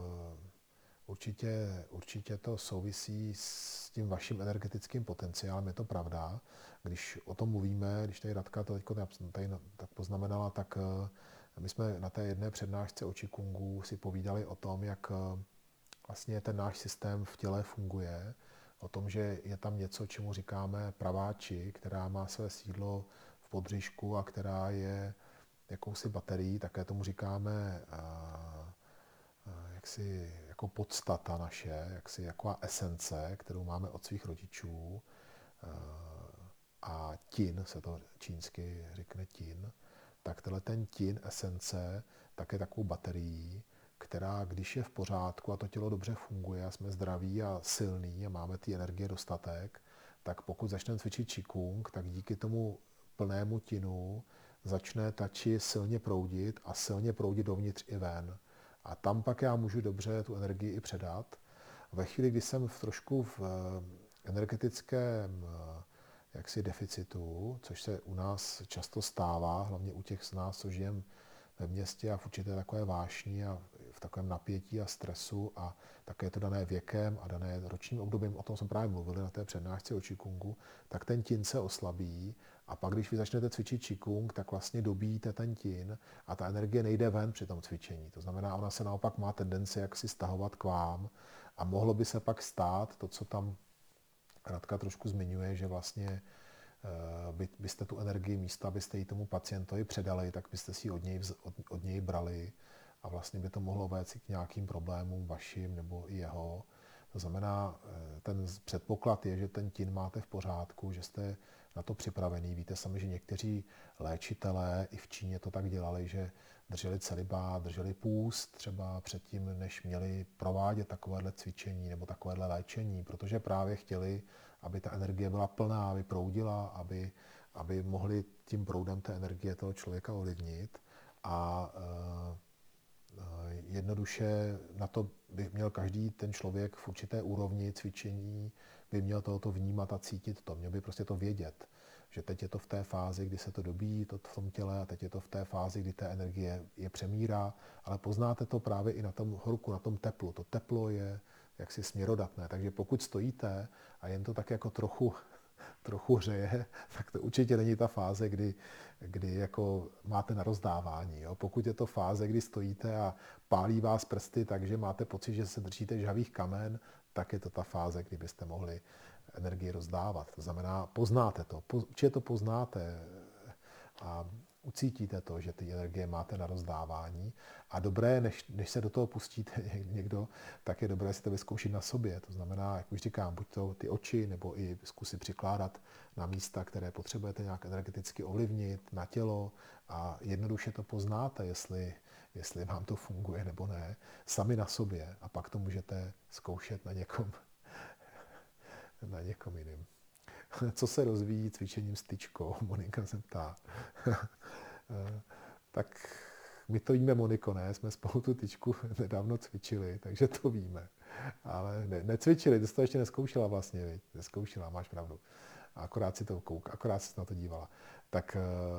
S1: určitě, určitě to souvisí s tím vaším energetickým potenciálem, je to pravda. Když o tom mluvíme, když tady Radka to teď tady tak poznamenala, tak my jsme na té jedné přednášce o Qigongu si povídali o tom, jak vlastně ten náš systém v těle funguje, o tom, že je tam něco, čemu říkáme pravá či, která má své sídlo v podbřišku a která je jakousi baterií, také tomu říkáme a, a, jaksi jako podstata naše, jaksi jako esence, kterou máme od svých rodičů. A tin, se to čínsky řekne tin, tak tenhle ten tin, esence, tak je takovou baterií, která, když je v pořádku a to tělo dobře funguje a jsme zdraví a silní a máme ty energie dostatek, tak pokud začneme cvičit Qigong, tak díky tomu plnému tinu začne ta či silně proudit a silně proudit dovnitř i ven. A tam pak já můžu dobře tu energii i předat. Ve chvíli, kdy jsem v trošku v energetickém jaksi deficitu, což se u nás často stává, hlavně u těch z nás, co žijeme ve městě a v určité takové vášni a v takovém napětí a stresu a také to dané věkem a dané ročním obdobím, o tom jsem právě mluvil na té přednášce o Qigongu, tak ten tin se oslabí A pak, když vy začnete cvičit Qigong, tak vlastně dobíjíte ten tin a ta energie nejde ven při tom cvičení. To znamená, ona se naopak má tendenci jak si stahovat k vám a mohlo by se pak stát to, co tam Radka trošku zmiňuje, že vlastně by, byste tu energii místo, abyste ji tomu pacientovi předali, tak byste si ji od něj, od, od něj brali a vlastně by to mohlo vést k nějakým problémům vašim nebo i jeho. To znamená, ten předpoklad je, že ten tin máte v pořádku, že jste na to připravený. Víte sami, že někteří léčitelé i v Číně to tak dělali, že drželi celibát, drželi půst třeba předtím, než měli provádět takovéhle cvičení nebo takovéhle léčení, protože právě chtěli, aby ta energie byla plná, aby proudila, aby, aby mohli tím proudem té energie toho člověka ovlivnit. A e, jednoduše na to by měl každý ten člověk v určité úrovni cvičení, by měl tohoto vnímat a cítit to. Měl by prostě to vědět, že teď je to v té fázi, kdy se to dobíjí to v tom těle a teď je to v té fázi, kdy té energie je přemírá, ale poznáte to právě i na tom horku, na tom teplu. To teplo je jaksi směrodatné, takže pokud stojíte a jen to tak jako trochu, trochu hřeje, tak to určitě není ta fáze, kdy, kdy jako máte na rozdávání. Jo? Pokud je to fáze, kdy stojíte a pálí vás prsty, takže máte pocit, že se držíte žhavých kamen, tak je to ta fáze, kdy byste mohli energii rozdávat. To znamená, poznáte to, určitě to poznáte a ucítíte to, že ty energie máte na rozdávání. A dobré, než, než se do toho pustíte někdo, tak je dobré si to vyzkoušet na sobě. To znamená, jak už říkám, buď to ty oči, nebo i zkusit přikládat na místa, které potřebujete nějak energeticky ovlivnit, na tělo a jednoduše to poznáte, jestli, jestli vám to funguje nebo ne, sami na sobě a pak to můžete zkoušet na někom, na někom jiným. Co se rozvíjí cvičením s tyčkou? Monika se ptá. Tak my to víme, Moniko, ne? Jsme spolu tu tyčku nedávno cvičili, takže to víme. Ale ne, necvičili, ty jsi to ještě neskoušela vlastně, viď? Neskoušela, máš pravdu. Akorát si to kouk, akorát si na to dívala. Tak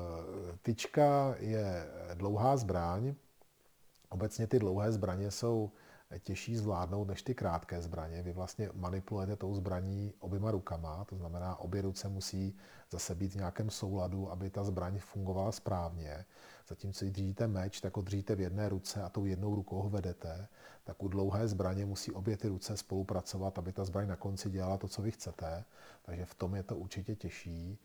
S1: tyčka je dlouhá zbraň. Obecně ty dlouhé zbraně jsou těžší zvládnout než ty krátké zbraně. Vy vlastně manipulujete tou zbraní oběma rukama, to znamená, obě ruce musí zase být v nějakém souladu, aby ta zbraň fungovala správně. Zatímco když držíte meč, tak ho držíte v jedné ruce a tou jednou rukou ho vedete, tak u dlouhé zbraně musí obě ty ruce spolupracovat, aby ta zbraň na konci dělala to, co vy chcete. Takže v tom je to určitě těžší.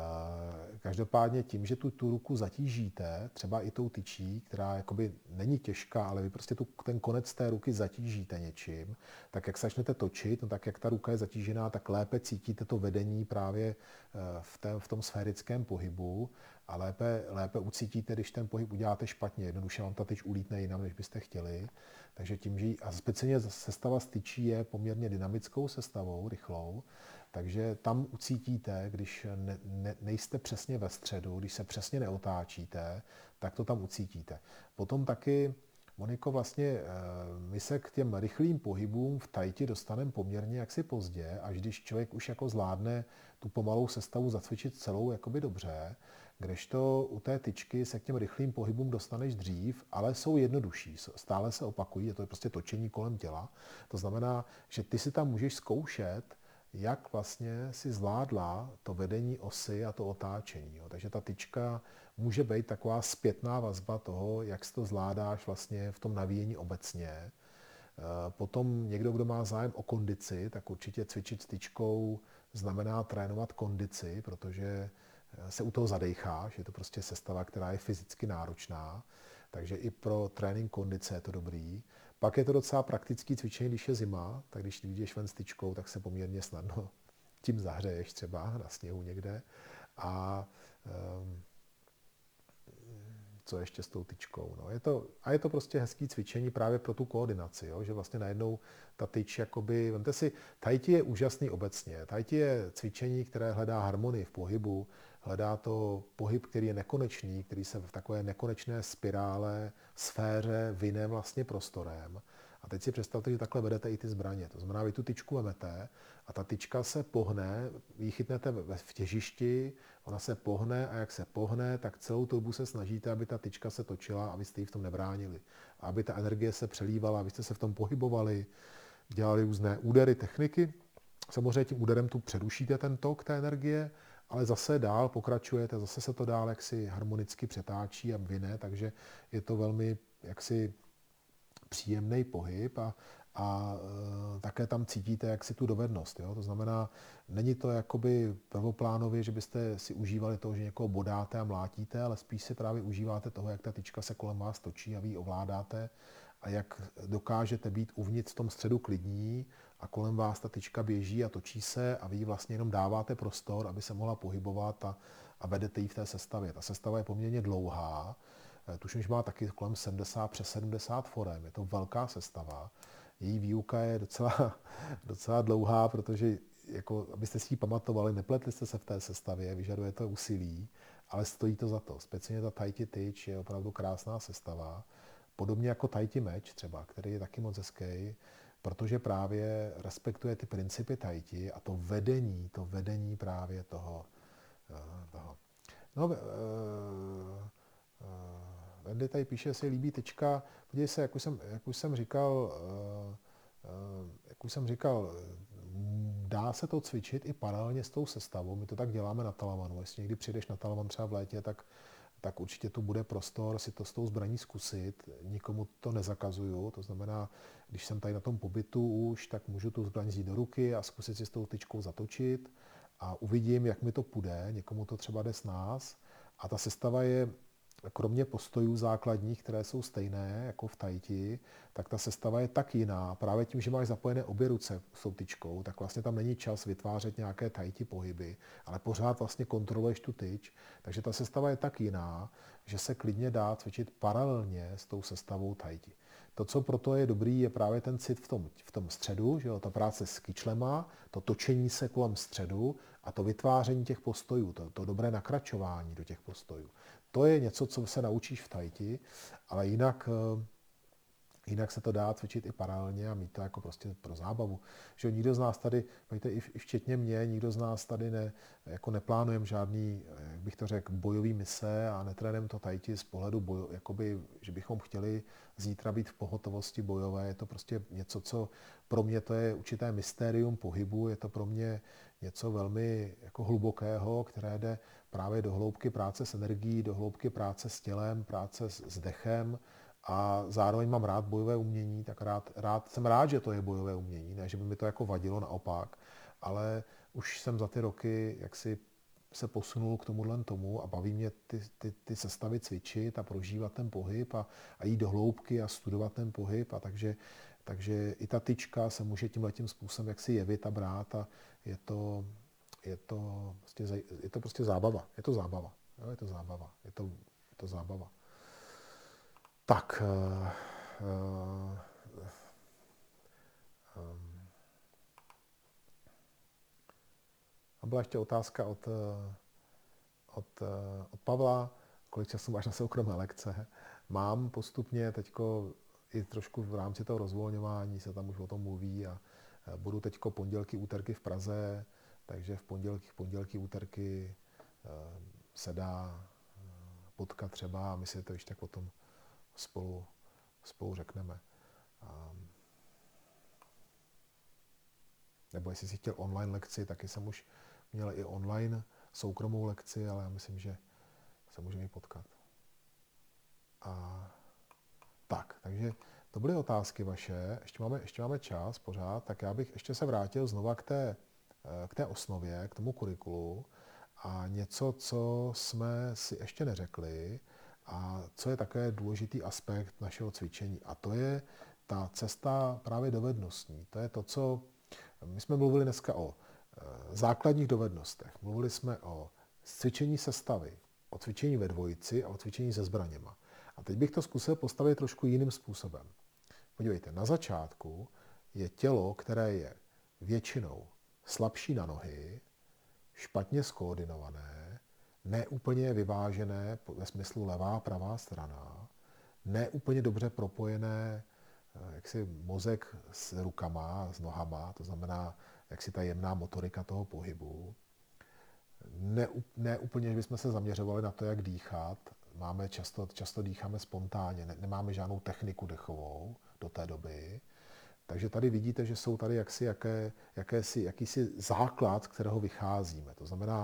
S1: Každopádně tím, že tu, tu ruku zatížíte, třeba i tou tyčí, která jakoby není těžká, ale vy prostě tu, ten konec té ruky zatížíte něčím, tak jak začnete točit, no tak jak ta ruka je zatížená, tak lépe cítíte to vedení právě v, té, v tom sférickém pohybu a lépe, lépe ucítíte, když ten pohyb uděláte špatně. Jednoduše vám ta tyč ulítne jinam, než byste chtěli. Takže tím, že a speciálně sestava z tyčí je poměrně dynamickou sestavou, rychlou, takže tam ucítíte, když ne, ne, nejste přesně ve středu, když se přesně neotáčíte, tak to tam ucítíte. Potom taky, Moniko, vlastně my se k těm rychlým pohybům v tajti dostaneme poměrně jaksi pozdě, až když člověk už jako zvládne tu pomalou sestavu zacvičit celou jakoby dobře, kdežto u té tyčky se k těm rychlým pohybům dostaneš dřív, ale jsou jednodušší, stále se opakují, je to prostě točení kolem těla. To znamená, že ty si tam můžeš zkoušet, jak vlastně si zvládla to vedení osy a to otáčení. Jo. Takže ta tyčka může být taková zpětná vazba toho, jak si to zvládáš vlastně v tom navíjení obecně. Potom někdo, kdo má zájem o kondici, tak určitě cvičit s tyčkou znamená trénovat kondici, protože se u toho zadejcháš, je to prostě sestava, která je fyzicky náročná, takže i pro trénink kondice je to dobrý. Pak je to docela praktický cvičení, když je zima, tak když jdeš ven s tyčkou, tak se poměrně snadno tím zahřeješ třeba na sněhu někde. A um, co ještě s tou tyčkou? No, je to, a je to prostě hezký cvičení právě pro tu koordinaci, jo? Že vlastně najednou ta tyč, jakoby, vemte si, tajti je úžasný obecně. Tajti je cvičení, které hledá harmonii v pohybu, hledá to pohyb, který je nekonečný, který se v takové nekonečné spirále, sféře vyne vlastně prostorem. A teď si představte, že takhle vedete i ty zbraně. To znamená, vy tu tyčku vemete a ta tyčka se pohne, vy ji chytnete v těžišti, ona se pohne a jak se pohne, tak celou tu dobu se snažíte, aby ta tyčka se točila a vy jste jí v tom nebránili. A aby ta energie se přelívala, vy jste se v tom pohybovali, dělali různé údery, techniky. Samozřejmě tím úderem tu přerušíte ten tok té energie, ale zase dál pokračujete, zase se to dál jaksi harmonicky přetáčí a vyne, takže je to velmi jaksi příjemný pohyb a, a e, také tam cítíte jaksi tu dovednost. Jo? To znamená, není to jakoby prvoplánově, že byste si užívali toho, že někoho bodáte a mlátíte, ale spíš si právě užíváte toho, jak ta tyčka se kolem vás točí a vy ji ovládáte a jak dokážete být uvnitř v tom středu klidní a kolem vás ta tyčka běží a točí se a vy jí vlastně jenom dáváte prostor, aby se mohla pohybovat a, a vedete ji v té sestavě. Ta sestava je poměrně dlouhá, tuším, že má taky kolem sedmdesát, přes sedmdesát forem, je to velká sestava. Její výuka je docela, docela dlouhá, protože jako, abyste si ji pamatovali, nepletli jste se v té sestavě, vyžaduje to úsilí, ale stojí to za to. Speciálně ta Tai Chi Tyč je opravdu krásná sestava. Podobně jako Tai Chi Meč třeba, který je taky moc hezký, protože právě respektuje ty principy Tai Chi a to vedení, to vedení právě toho. toho. No, uh, uh, Wendy tady píše, jestli líbí tyčka. Podívej se, jak už jsem, jak už jsem říkal, uh, uh, jak už jsem říkal, dá se to cvičit i paralelně s tou sestavou. My to tak děláme na Talamanu. Jestli někdy přijdeš na Talaman třeba v létě, tak tak určitě tu bude prostor si to s tou zbraní zkusit. Nikomu to nezakazuju, to znamená, když jsem tady na tom pobytu už, tak můžu tu zbraň vzít do ruky a zkusit si s tou tyčkou zatočit a uvidím, jak mi to půjde. Někomu to třeba jde s nás. A ta sestava je, kromě postojů základních, které jsou stejné jako v Tai Chi, tak ta sestava je tak jiná. Právě tím, že máš zapojené obě ruce s tou tyčkou, tak vlastně tam není čas vytvářet nějaké Tai Chi pohyby, ale pořád vlastně kontroluješ tu tyč. Takže ta sestava je tak jiná, že se klidně dá cvičit paralelně s tou sestavou Tai Chi. To, co proto je dobrý, je právě ten cit v tom, v tom středu, že jo, ta práce s kyčlema, to točení se kolem středu a to vytváření těch postojů, to, to dobré nakračování do těch postojů. To je něco, co se naučíš v Tai Chi, ale jinak, jinak se to dá cvičit i paralelně a mít to jako prostě pro zábavu. Že nikdo z nás tady, víte, i včetně mě, nikdo z nás tady ne, jako neplánujeme žádný, jak bych to řekl, bojový mise a netrénujeme to Tai Chi z pohledu, bojo, jakoby, že bychom chtěli zítra být v pohotovosti bojové. Je to prostě něco, co pro mě to je určité mystérium pohybu, je to pro mě něco velmi jako hlubokého, které jde právě do hloubky práce s energií, do hloubky práce s tělem, práce s, s dechem a zároveň mám rád bojové umění, tak rád, rád, jsem rád, že to je bojové umění, ne, že by mi to jako vadilo, naopak, ale už jsem za ty roky jaksi se posunul k tomuhle tomu a baví mě ty, ty, ty sestavy cvičit a prožívat ten pohyb a, a jít do hloubky a studovat ten pohyb a takže, takže i ta tyčka se může tímhletím způsobem jaksi jevit a brát a je to, je to, prostě, je to prostě zábava. Je to zábava. Jo, je to zábava. Je to, je to zábava. Tak. Uh, uh, um. A byla ještě otázka od, od, od Pavla, kolik času máš na soukromé lekce. Mám postupně teďko i trošku v rámci toho rozvolňování se tam už o tom mluví a budu teďko pondělky, úterky v Praze, takže v pondělky, pondělky, úterky se dá potkat třeba a my si to ještě tak potom spolu, spolu řekneme. Nebo jestli jsi chtěl online lekci, taky jsem už měl i online soukromou lekci, ale já myslím, že se můžeme i potkat. A tak, takže to byly otázky vaše. Ještě máme, ještě máme čas pořád, tak já bych ještě se vrátil znova k té, k té osnově, k tomu kurikulu a něco, co jsme si ještě neřekli a co je také důležitý aspekt našeho cvičení. A to je ta cesta právě dovednostní. To je to, co my jsme mluvili dneska o základních dovednostech. Mluvili jsme o cvičení sestavy, o cvičení ve dvojici a o cvičení se zbraněma. A teď bych to zkusil postavit trošku jiným způsobem. Podívejte, na začátku je tělo, které je většinou slabší na nohy, špatně skoordinované, neúplně vyvážené ve smyslu levá, pravá strana, neúplně dobře propojené jaksi mozek s rukama, s nohama, to znamená jaksi ta jemná motorika toho pohybu. Ne, ne úplně, že bychom se zaměřovali na to, jak dýchat. Máme často, často dýcháme spontánně, ne, nemáme žádnou techniku dechovou do té doby. Takže tady vidíte, že jsou tady jaksi jaké, jakési, jakýsi základ, z kterého vycházíme. To znamená,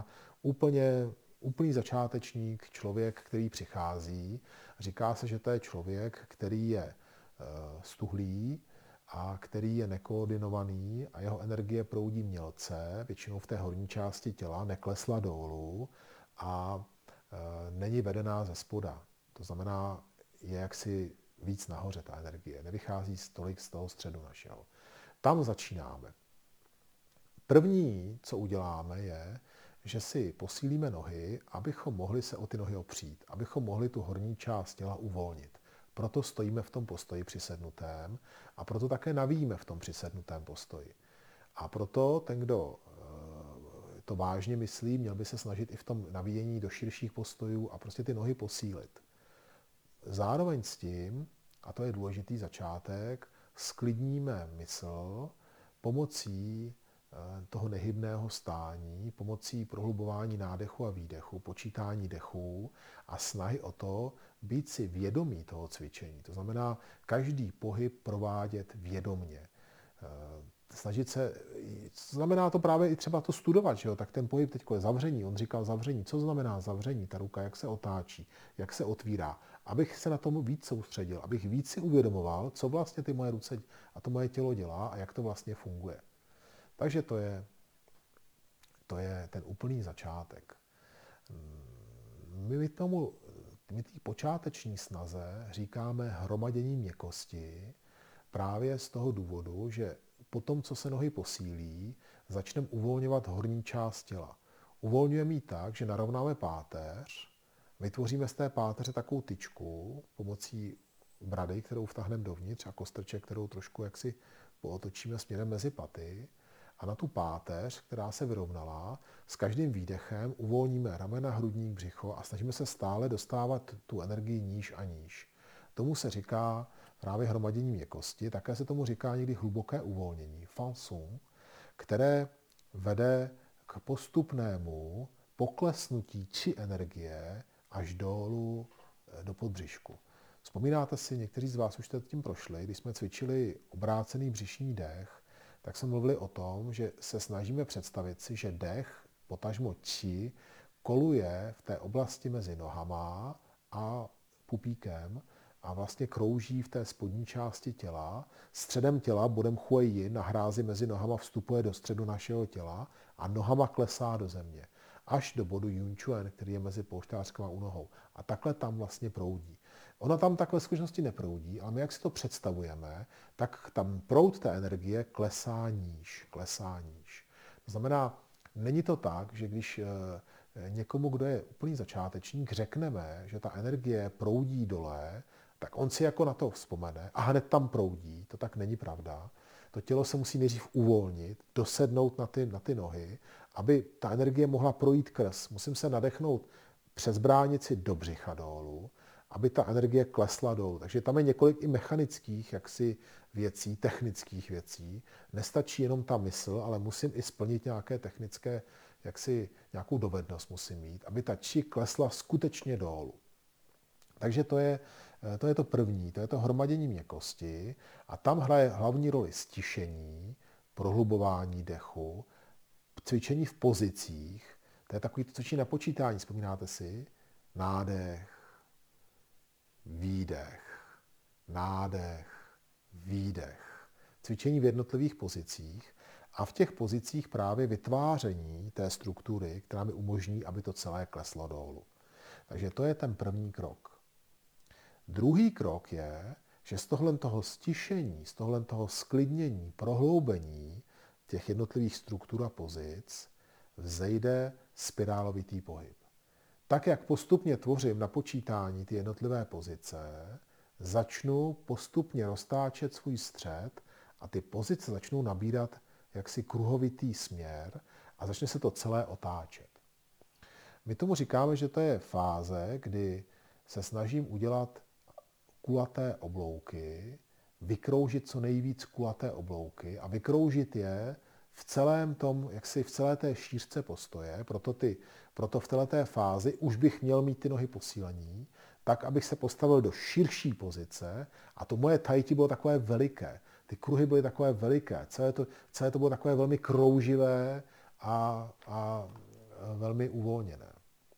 S1: úplně, úplný začátečník, člověk, který přichází. Říká se, že to je člověk, který je stuhlý a který je nekoordinovaný a jeho energie proudí mělce, většinou v té horní části těla, neklesla dolů a není vedená ze spoda. To znamená, je jaksi víc nahoře ta energie, nevychází tolik z toho středu našeho. Tam začínáme. První, co uděláme, je, že si posílíme nohy, abychom mohli se o ty nohy opřít, abychom mohli tu horní část těla uvolnit. Proto stojíme v tom postoji přisednutém a proto také navíjíme v tom přisednutém postoji. A proto ten, kdo to vážně myslí, měl by se snažit i v tom navíjení do širších postojů a prostě ty nohy posílit. Zároveň s tím, a to je důležitý začátek, sklidníme mysl pomocí toho nehybného stání, pomocí prohlubování nádechu a výdechu, počítání dechů a snahy o to být si vědomí toho cvičení. To znamená každý pohyb provádět vědomně. Snažit se, znamená to právě i třeba to studovat, že jo? Tak ten pohyb teď je zavření, on říkal zavření. Co znamená zavření? Ta ruka, jak se otáčí, jak se otvírá. Abych se na tomu víc soustředil, abych víc si uvědomoval, co vlastně ty moje ruce a to moje tělo dělá a jak to vlastně funguje. Takže to je, to je ten úplný začátek. My tomu, my té počáteční snaze říkáme hromadění měkkosti právě z toho důvodu, že po tom, co se nohy posílí, začneme uvolňovat horní část těla. Uvolňujeme ji tak, že narovnáme páteř, vytvoříme z té páteře takovou tyčku pomocí brady, kterou vtáhneme dovnitř a kostrček, kterou trošku jaksi pootočíme směrem mezi paty. A na tu páteř, která se vyrovnala, s každým výdechem uvolníme ramena, hrudník, břicho a snažíme se stále dostávat tu energii níž a níž. Tomu se říká právě hromadění měkkosti, také se tomu říká někdy hluboké uvolnění, fansung, které vede k postupnému poklesnutí či energie až dolů do podbřišku. Vzpomínáte si, někteří z vás už jste tím prošli, když jsme cvičili obrácený břišní dech, tak jsme mluvili o tom, že se snažíme představit si, že dech, potažmo či, koluje v té oblasti mezi nohama a pupíkem a vlastně krouží v té spodní části těla. Středem těla, bodem Huai Yin, na hrázi mezi nohama vstupuje do středu našeho těla a nohama klesá do země. Až do bodu Yun Chuan, který je mezi polštářkama u nohou. A takhle tam vlastně proudí. Ona tam takhle v skutečnosti neproudí, ale my jak si to představujeme, tak tam proud té energie klesá níž, klesá níž. To znamená, není to tak, že když někomu, kdo je úplný začátečník, řekneme, že ta energie proudí dole, tak on si jako na to vzpomene a hned tam proudí. To tak není pravda. To tělo se musí nejdřív uvolnit, dosednout na ty, na ty nohy, aby ta energie mohla projít krz. Musím se nadechnout přes bránici do břicha dolů, aby ta energie klesla dolů. Takže tam je několik i mechanických jaksi věcí, technických věcí. Nestačí jenom ta mysl, ale musím i splnit nějaké technické, jaksi nějakou dovednost musím mít, aby ta či klesla skutečně dolů. Takže to je, to je to první, to je to hromadění měkkosti a tam hraje hlavní roli stišení, prohlubování dechu, cvičení v pozicích, to je takový to cvičení na počítání, vzpomínáte si? Nádech, výdech, nádech, výdech. Cvičení v jednotlivých pozicích a v těch pozicích právě vytváření té struktury, která mi umožní, aby to celé kleslo dolů. Takže to je ten první krok. Druhý krok je, že z tohle toho stišení, z tohle toho sklidnění, prohloubení těch jednotlivých struktur a pozic vzejde spirálovitý pohyb. Tak, jak postupně tvořím na počítání ty jednotlivé pozice, začnu postupně roztáčet svůj střed a ty pozice začnou nabírat jaksi kruhovitý směr a začne se to celé otáčet. My tomu říkáme, že to je fáze, kdy se snažím udělat kulaté oblouky, vykroužit co nejvíc kulaté oblouky a vykroužit je v celém tom, jaksi v celé té šířce postoje, proto, ty, proto v této fázi už bych měl mít ty nohy posílení, tak, abych se postavil do širší pozice a to moje tai chi bylo takové veliké. Ty kruhy byly takové veliké, celé to, celé to bylo takové velmi krouživé a, a velmi uvolněné.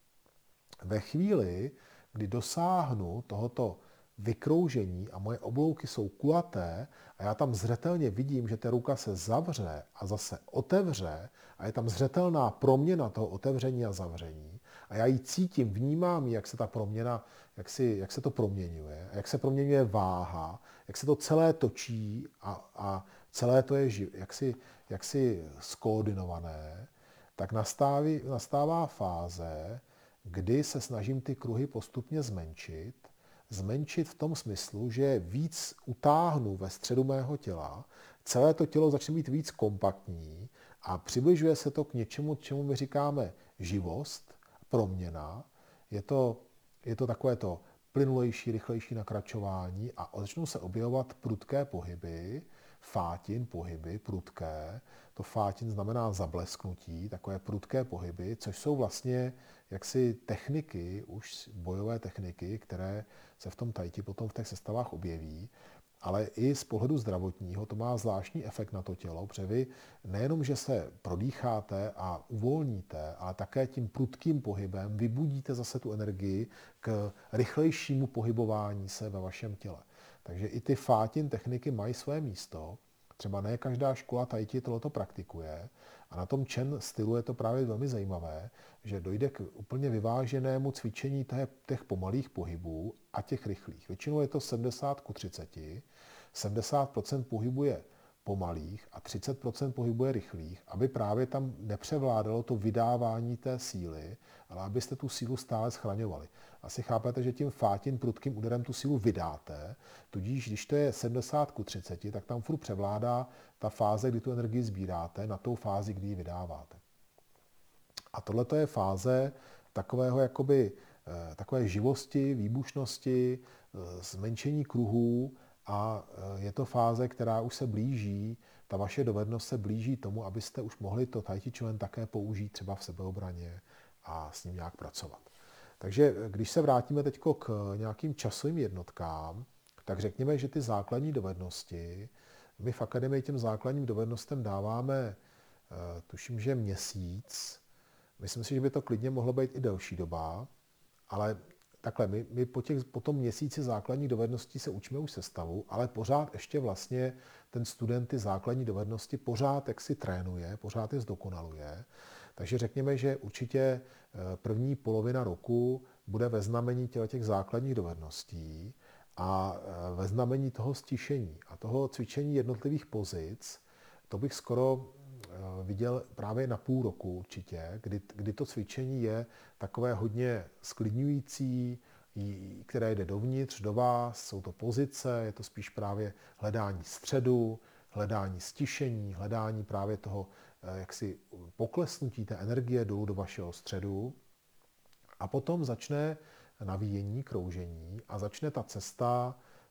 S1: Ve chvíli, kdy dosáhnu tohoto vykroužení a moje oblouky jsou kulaté a já tam zřetelně vidím, že ta ruka se zavře a zase otevře a je tam zřetelná proměna toho otevření a zavření a já ji cítím, vnímám, jak se ta proměna, jak, si, jak se to proměňuje, jak se proměňuje váha, jak se to celé točí a, a celé to je jaksi, jaksi skoordinované, tak nastáví, nastává fáze, kdy se snažím ty kruhy postupně zmenšit, zmenšit v tom smyslu, že víc utáhnu ve středu mého těla, celé to tělo začne být víc kompaktní a přibližuje se to k něčemu, čemu my říkáme živost, proměna. Je to, je to takové to plynulejší, rychlejší nakračování a začnou se objevovat prudké pohyby, fátin pohyby, prudké. To fátin znamená zablesknutí, takové prudké pohyby, což jsou vlastně jaksi techniky, už bojové techniky, které se v tom tai chi potom v těch sestavách objeví, ale i z pohledu zdravotního to má zvláštní efekt na to tělo, protože vy nejenom, že se prodýcháte a uvolníte, ale také tím prudkým pohybem vybudíte zase tu energii k rychlejšímu pohybování se ve vašem těle. Takže i ty fátin techniky mají své místo. Třeba ne každá škola tai chi tohleto praktikuje. A na tom Chen stylu je to právě velmi zajímavé, že dojde k úplně vyváženému cvičení těch pomalých pohybů a těch rychlých. Většinou je to sedmdesát ku třiceti. sedmdesát procent pohybu je pomalých a třicet procent pohybu je rychlých, aby právě tam nepřevládalo to vydávání té síly, ale abyste tu sílu stále schraňovali. Asi chápete, že tím fátin prudkým úderem tu sílu vydáte, tudíž když to je sedmdesát ku třiceti, tak tam furt převládá ta fáze, kdy tu energii sbíráte, na tou fázi, kdy ji vydáváte. A tohle je fáze takového jakoby, takové živosti, výbušnosti, zmenšení kruhů a je to fáze, která už se blíží, ta vaše dovednost se blíží tomu, abyste už mohli to tai chi chuan také použít třeba v sebeobraně a s ním nějak pracovat. Takže když se vrátíme teď k nějakým časovým jednotkám, tak řekněme, že ty základní dovednosti, my v akademii těm základním dovednostem dáváme, tuším, že měsíc. Myslím si, že by to klidně mohlo být i delší doba, ale takhle, my, my po, těch, po tom měsíci základních dovedností se učíme už sestavu, ale pořád ještě vlastně ten student ty základní dovednosti pořád jak si trénuje, pořád je zdokonaluje. Takže řekněme, že určitě první polovina roku bude ve znamení těch základních dovedností a ve znamení toho stišení a toho cvičení jednotlivých pozic, to bych skoro viděl právě na půl roku určitě, kdy, kdy to cvičení je takové hodně sklidňující, které jde dovnitř, do vás, jsou to pozice, je to spíš právě hledání středu, hledání stišení, hledání právě toho jaksi poklesnutí té energie dolů do vašeho středu a potom začne navíjení, kroužení a začne ta cesta,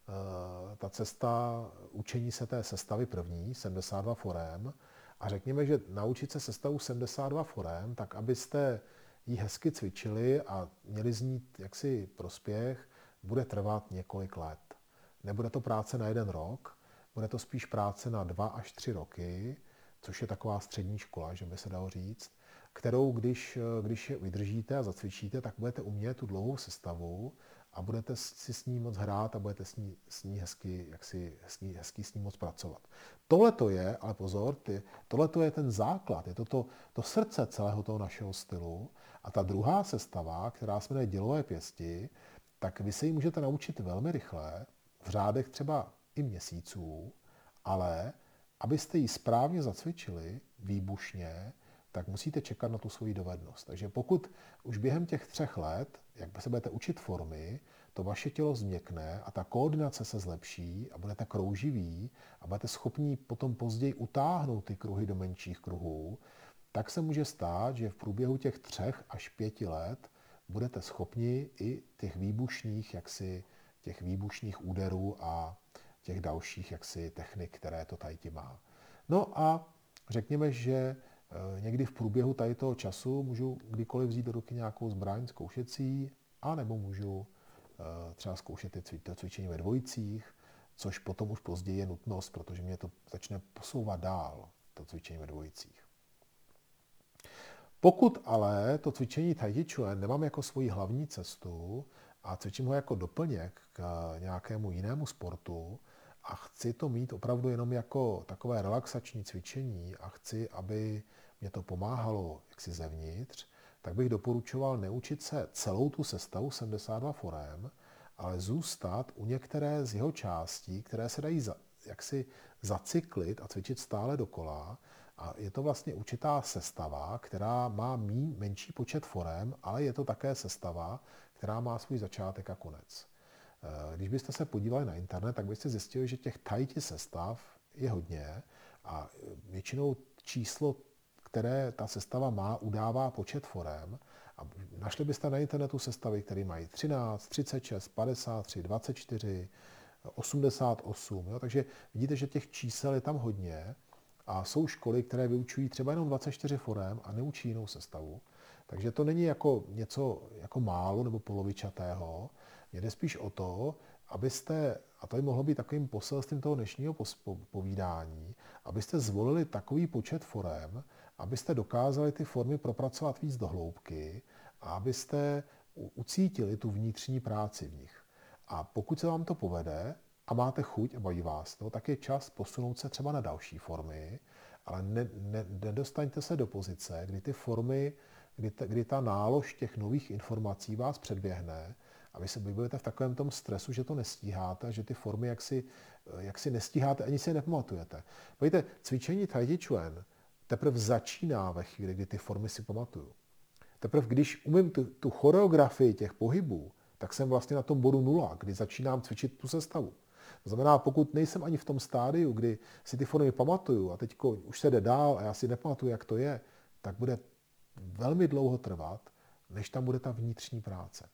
S1: ta cesta učení se té sestavy první, sedmdesát dva forem, a řekněme, že naučit se sestavu sedmdesát dva forem, tak abyste ji hezky cvičili a měli z ní jaksi prospěch, bude trvat několik let. Nebude to práce na jeden rok, bude to spíš práce na dva až tři roky, což je taková střední škola, že by se dalo říct, kterou, když, když je vydržíte a zacvičíte, tak budete umět tu dlouhou sestavu a budete si s ní moc hrát a budete s ní, s ní hezky, jak si, s ní, hezky s ní moc pracovat. Tohle to je, ale pozor, tohle to je ten základ, je to, to to srdce celého toho našeho stylu a ta druhá sestava, která se jmenuje dělové pěsti, tak vy se ji můžete naučit velmi rychle, v řádech třeba i měsíců, ale abyste ji správně zacvičili, výbušně, tak musíte čekat na tu svoji dovednost. Takže pokud už během těch třech let, jak se budete učit formy, to vaše tělo změkne a ta koordinace se zlepší a budete krouživí a budete schopni potom později utáhnout ty kruhy do menších kruhů, tak se může stát, že v průběhu těch třech až pěti let budete schopni i těch výbušných, jaksi, těch výbušných úderů a těch dalších jaksi, technik, které to tai chi má. No a řekněme, že někdy v průběhu tady toho času můžu kdykoliv vzít do ruky nějakou zbraň zkoušecí, anebo můžu třeba zkoušet to cvičení ve dvojicích, což potom už později je nutnost, protože mě to začne posouvat dál, to cvičení ve dvojicích. Pokud ale to cvičení Tai Chi Chuan nemám jako svoji hlavní cestu a cvičím ho jako doplněk k nějakému jinému sportu a chci to mít opravdu jenom jako takové relaxační cvičení a chci, aby mě to pomáhalo jaksi zevnitř, tak bych doporučoval neučit se celou tu sestavu sedmdesát dva forem, ale zůstat u některé z jeho částí, které se dají za, jaksi zacyklit a cvičit stále dokola. A je to vlastně určitá sestava, která má mý, menší počet forem, ale je to také sestava, která má svůj začátek a konec. Když byste se podívali na internet, tak byste zjistili, že těch tai chi sestav je hodně a většinou číslo, které ta sestava má, udává počet forem. A našli byste na internetu sestavy, které mají třináct, třicet šest, padesát tři, dvacet čtyři, osmdesát osm. Jo? Takže vidíte, že těch čísel je tam hodně. A jsou školy, které vyučují třeba jenom dvacet čtyři forem a neučí jinou sestavu. Takže to není jako něco jako málo nebo polovičatého. Jde spíš o to, abyste, a to by mohlo být takovým poselstvím toho dnešního povídání, abyste zvolili takový počet forem, abyste dokázali ty formy propracovat víc do hloubky a abyste ucítili tu vnitřní práci v nich. A pokud se vám to povede, a máte chuť a baví vás to, tak je čas posunout se třeba na další formy, ale ne, ne, nedostaňte se do pozice, kdy ty formy, kdy ta, kdy ta nálož těch nových informací vás předběhne a vy se budete v takovém tom stresu, že to nestíháte, že ty formy jaksi, jaksi nestíháte, ani si je nepamatujete. Pojďte, cvičení Tai Chi Chuan teprve začíná ve chvíli, kdy ty formy si pamatuju. Teprve když umím tu, tu choreografii těch pohybů, tak jsem vlastně na tom bodu nula, kdy začínám cvičit tu sestavu. To znamená, pokud nejsem ani v tom stádiu, kdy si ty formy pamatuju a teď už se jde dál a já si nepamatuju, jak to je, tak bude velmi dlouho trvat, než tam bude ta vnitřní práce.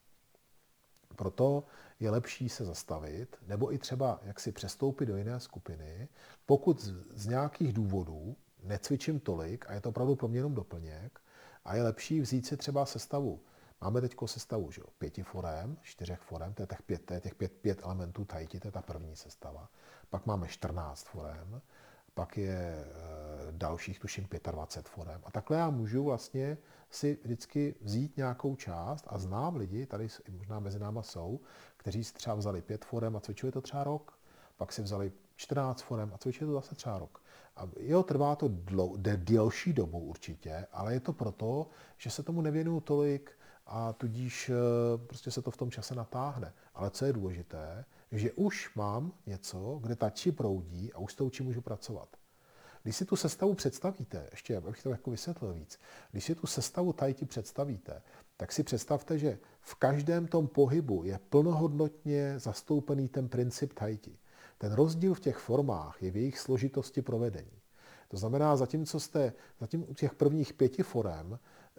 S1: Proto je lepší se zastavit, nebo i třeba jak si přestoupit do jiné skupiny, pokud z nějakých důvodů necvičím tolik a je to opravdu pro mě jenom doplněk, a je lepší vzít si třeba sestavu. Máme teď sestavu, že jo, pěti forem, čtyřech forem, to je těch pět, to je těch pět, pět elementů tai chi, to je ta první sestava. Pak máme čtrnáct forem, pak je e, dalších, tuším, dvacet pět forem. A takhle já můžu vlastně si vždycky vzít nějakou část a znám lidi, tady možná mezi náma jsou, kteří si třeba vzali pět forem a cvičili to třeba rok, pak si vzali čtrnáct forem a cvičili to zase třeba rok. A jo, trvá to dlou, delší dobu určitě, ale je to proto, že se tomu nevěnuju tolik, a tudíž prostě se to v tom čase natáhne. Ale co je důležité, že už mám něco, kde ta chi proudí a už s tou chi můžu pracovat. Když si tu sestavu představíte, ještě abych to jako vysvětlil víc, když si tu sestavu tai chi představíte, tak si představte, že v každém tom pohybu je plnohodnotně zastoupený ten princip tai chi. Ten rozdíl v těch formách je v jejich složitosti provedení. To znamená, zatímco jste, zatím u těch prvních pěti forem,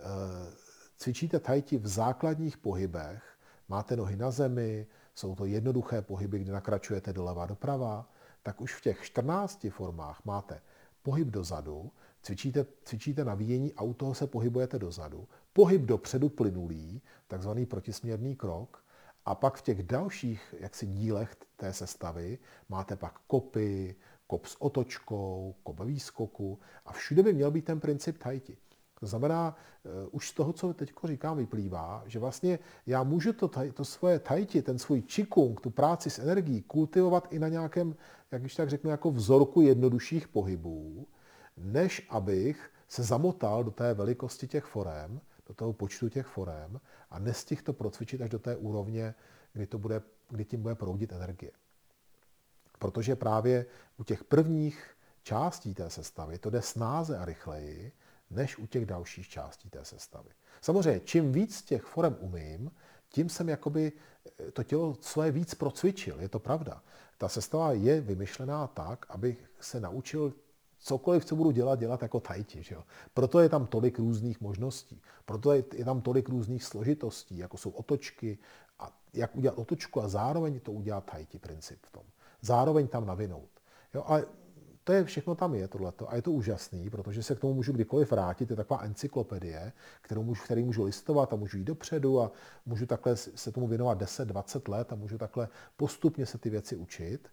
S1: cvičíte tai chi v základních pohybech, máte nohy na zemi, jsou to jednoduché pohyby, kdy nakračujete doleva doprava, tak už v těch čtrnácti formách máte pohyb dozadu, cvičíte, cvičíte navíjení a u toho se pohybujete dozadu, pohyb dopředu plynulý, takzvaný protisměrný krok, a pak v těch dalších jaksi dílech té sestavy máte pak kopy, kop s otočkou, kop ve výskoku a všude by měl být ten princip tai chi. To znamená, už z toho, co teď říkám, vyplývá, že vlastně já můžu to, to svoje tai chi, ten svůj qigong, tu práci s energií kultivovat i na nějakém, jak když tak řeknu, jako vzorku jednodušších pohybů, než abych se zamotal do té velikosti těch forem, do toho počtu těch forem a nestihl to procvičit až do té úrovně, kdy, to bude, kdy tím bude proudit energie. Protože právě u těch prvních částí té sestavy to jde snáze a rychleji, než u těch dalších částí té sestavy. Samozřejmě, čím víc těch forem umím, tím jsem jakoby to tělo své víc procvičil, je to pravda. Ta sestava je vymyšlená tak, abych se naučil cokoliv, co budu dělat, dělat jako tai chi. Že jo? Proto je tam tolik různých možností, proto je, je tam tolik různých složitostí, jako jsou otočky, a jak udělat otočku a zároveň to udělat tai chi princip v tom. Zároveň tam navinout. Jo, ale to je všechno tam je tohleto a je to úžasný, protože se k tomu můžu kdykoliv vrátit, je taková encyklopedie, kterou můžu, který můžu listovat a můžu jít dopředu a můžu takhle se tomu věnovat deset dvacet let a můžu takhle postupně se ty věci učit.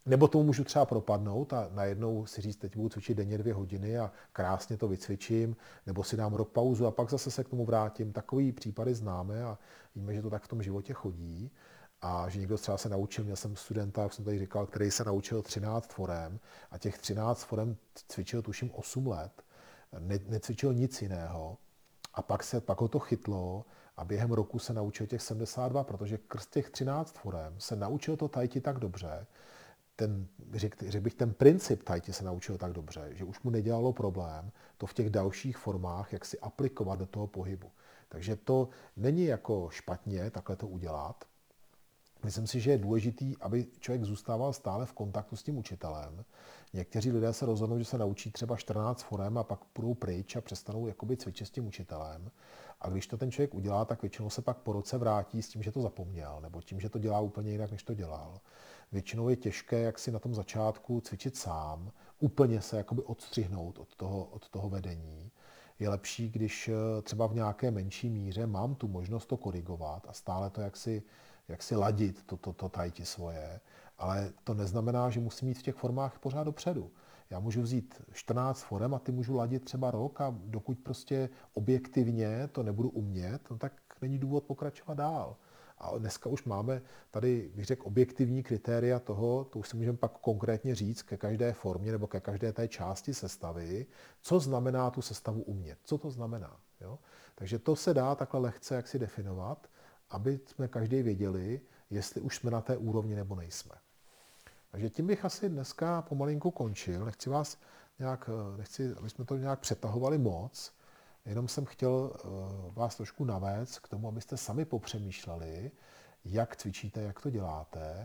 S1: Nebo tomu můžu třeba propadnout a najednou si říct, teď budu cvičit denně dvě hodiny a krásně to vycvičím, nebo si dám rok pauzu a pak zase se k tomu vrátím. Takový případy známe a víme, že to tak v tom životě chodí. A že někdo třeba se naučil, měl jsem studenta, jak jsem tady říkal, který se naučil třináct forem a těch třináct forem cvičil tuším osm let. Ne, necvičil nic jiného. A pak, se, pak ho to chytlo a během roku se naučil těch sedmdesát dva, protože krz těch třináct forem se naučil to tajti tak dobře, ten, řekl, řekl bych, ten princip tajti se naučil tak dobře, že už mu nedělalo problém to v těch dalších formách, jak si aplikovat do toho pohybu. Takže to není jako špatně takhle to udělat. Myslím si, že je důležitý, aby člověk zůstával stále v kontaktu s tím učitelem. Někteří lidé se rozhodnou, že se naučí třeba čtrnáct forem a pak půjdou pryč a přestanou jakoby cvičit s tím učitelem. A když to ten člověk udělá, tak většinou se pak po roce vrátí s tím, že to zapomněl, nebo tím, že to dělá úplně jinak, než to dělal. Většinou je těžké, jak si na tom začátku cvičit sám, úplně se jakoby odstřihnout od toho, od toho vedení. Je lepší, když třeba v nějaké menší míře mám tu možnost to korigovat a stále to jaksi jak si ladit to, to, to tajti svoje, ale to neznamená, že musím mít v těch formách pořád dopředu. Já můžu vzít čtrnáct forem a ty můžu ladit třeba rok a dokud prostě objektivně to nebudu umět, no tak není důvod pokračovat dál. A dneska už máme tady, bych řekl, objektivní kritéria toho, to už si můžeme pak konkrétně říct ke každé formě nebo ke každé té části sestavy, co znamená tu sestavu umět, co to znamená. Jo? Takže to se dá takhle lehce jak si definovat, aby jsme každý věděli, jestli už jsme na té úrovni nebo nejsme. Takže tím bych asi dneska pomalinku končil. Nechci vás nějak, nechci, aby jsme to nějak přetahovali moc, jenom jsem chtěl vás trošku navést k tomu, abyste sami popřemýšleli, jak cvičíte, jak to děláte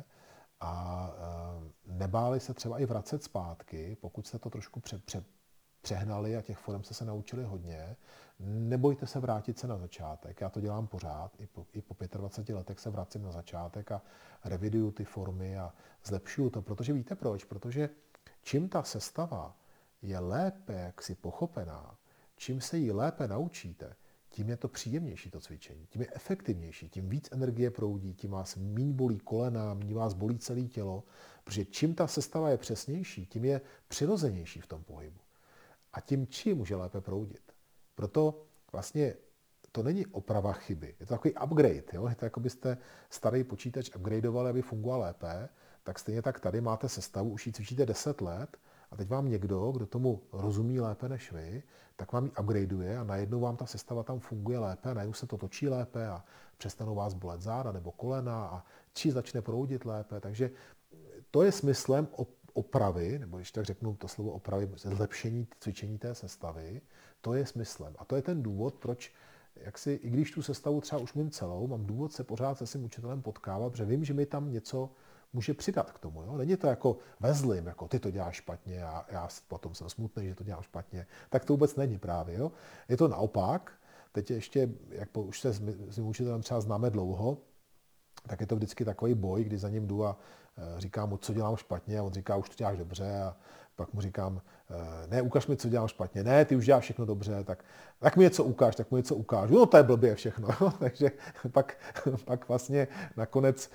S1: a nebáli se třeba i vracet zpátky, pokud jste to trošku pře, pře, přehnali a těch forem jste se naučili hodně. Nebojte se vrátit se na začátek. Já to dělám pořád. I po, i po dvaceti pěti letech se vracím na začátek a reviduju ty formy a zlepšuju to. Protože víte proč? Protože čím ta sestava je lépe jaksi pochopená, čím se ji lépe naučíte, tím je to příjemnější to cvičení, tím je efektivnější, tím víc energie proudí, tím vás míň bolí kolena, míň vás bolí celé tělo, protože čím ta sestava je přesnější, tím je přirozenější v tom pohybu. A tím čím může lépe proudit. Proto vlastně to není oprava chyby. Je to takový upgrade. Jo? Je to jako byste starý počítač upgradeovali, aby fungoval lépe, tak stejně tak tady máte sestavu, už ji cvičíte deset let a teď vám někdo, kdo tomu rozumí lépe než vy, tak vám ji upgradeuje a najednou vám ta sestava tam funguje lépe a najednou se to točí lépe a přestanou vás bolet záda nebo kolena a či začne proudit lépe. Takže to je smyslem opravy, nebo když tak řeknu to slovo opravy, zlepšení cvičení té sestavy, to je smyslem. A to je ten důvod, proč, jak si, i když tu sestavu třeba už mím celou, mám důvod se pořád se svým učitelem potkávat, protože vím, že mi tam něco může přidat k tomu. Jo? Není to jako ve zlým, jako ty to děláš špatně a já potom jsem smutný, že to dělám špatně. Tak to vůbec není právě. Jo? Je to naopak. Teď ještě, jak po, už se s mým učitelem třeba známe dlouho, tak je to vždycky takový boj, kdy za ním jdu a říkám mu, co dělám špatně, a on říká, už to děláš dobře, a pak mu říkám, ne, ukaž mi, co dělám špatně, ne, ty už děláš všechno dobře, tak, tak mi něco ukáž, tak mu něco ukážu, no to je blbě všechno, takže pak, pak vlastně nakonec,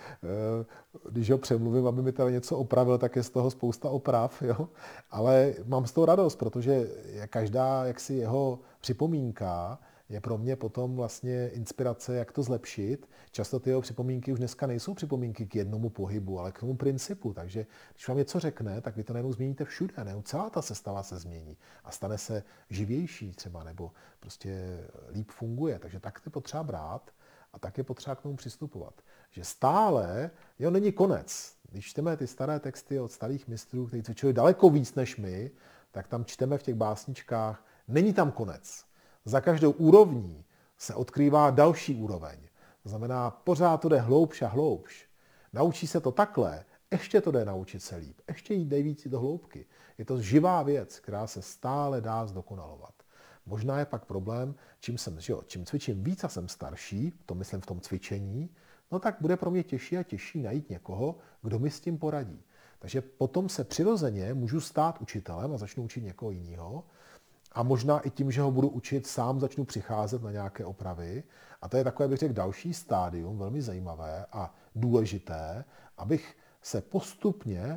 S1: když ho přemluvím, aby mi tady něco opravil, tak je z toho spousta oprav, jo? Ale mám z toho radost, protože každá jaksi jeho připomínka je pro mě potom vlastně inspirace, jak to zlepšit. Často ty jeho připomínky už dneska nejsou připomínky k jednomu pohybu, ale k tomu principu. Takže když vám něco řekne, tak vy to najednou změníte všude. Ne? Celá ta sestava se změní a stane se živější třeba, nebo prostě líp funguje. Takže tak to je potřeba brát a tak je potřeba k tomu přistupovat. Že stále, jo, není konec. Když čteme ty staré texty od starých mistrů, kteří cvičili daleko víc než my, tak tam čteme v těch básničkách, není tam konec. Za každou úrovní se odkrývá další úroveň. To znamená, pořád to jde hloubš a hloubš. Naučí se to takhle, ještě to jde naučit se líp, ještě jde víc do hloubky. Je to živá věc, která se stále dá zdokonalovat. Možná je pak problém, čím, jsem, že jo, čím cvičím víc a jsem starší, to myslím v tom cvičení, no tak bude pro mě těžší a těžší najít někoho, kdo mi s tím poradí. Takže potom se přirozeně můžu stát učitelem a začnu učit někoho jiného. A možná i tím, že ho budu učit, sám začnu přicházet na nějaké opravy. A to je takové, bych řekl, další stádium, velmi zajímavé a důležité, abych se postupně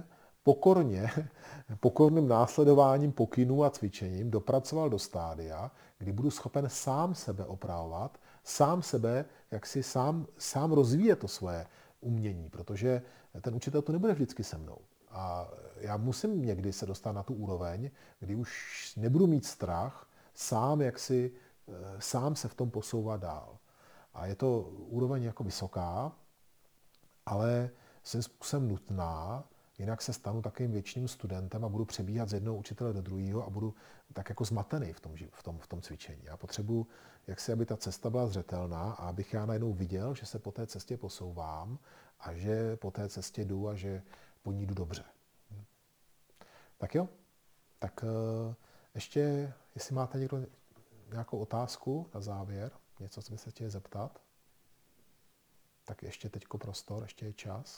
S1: pokorně, pokorným následováním pokynů a cvičením dopracoval do stádia, kdy budu schopen sám sebe opravovat, sám sebe, jak si sám, sám rozvíjet to svoje umění, protože ten učitel to nebude vždycky se mnou. A já musím někdy se dostat na tu úroveň, kdy už nebudu mít strach sám, jak si, sám se v tom posouvat dál. A je to úroveň jako vysoká, ale svým způsobem nutná, jinak se stanu takovým věčným studentem a budu přebíhat z jednoho učitele do druhého a budu tak jako zmatený v tom, v tom, v tom cvičení. Já potřebuji, jak si, aby ta cesta byla zřetelná a abych já najednou viděl, že se po té cestě posouvám a že po té cestě jdu a že po ní jdu dobře. Tak jo, tak ještě, jestli máte někdo nějakou otázku na závěr, něco, co by se chtěli zeptat, tak ještě teďko prostor, ještě je čas.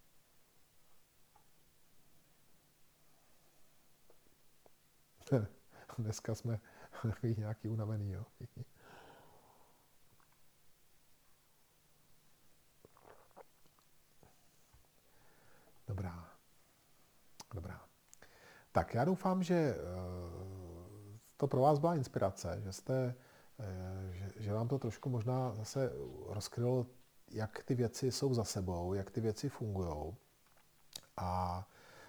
S1: Dneska jsme nějaký unavený, jo. Dobrá. Dobrá. Tak já doufám, že to pro vás byla inspirace, že jste, že, že vám to trošku možná zase rozkrylo, jak ty věci jsou za sebou, jak ty věci fungují. A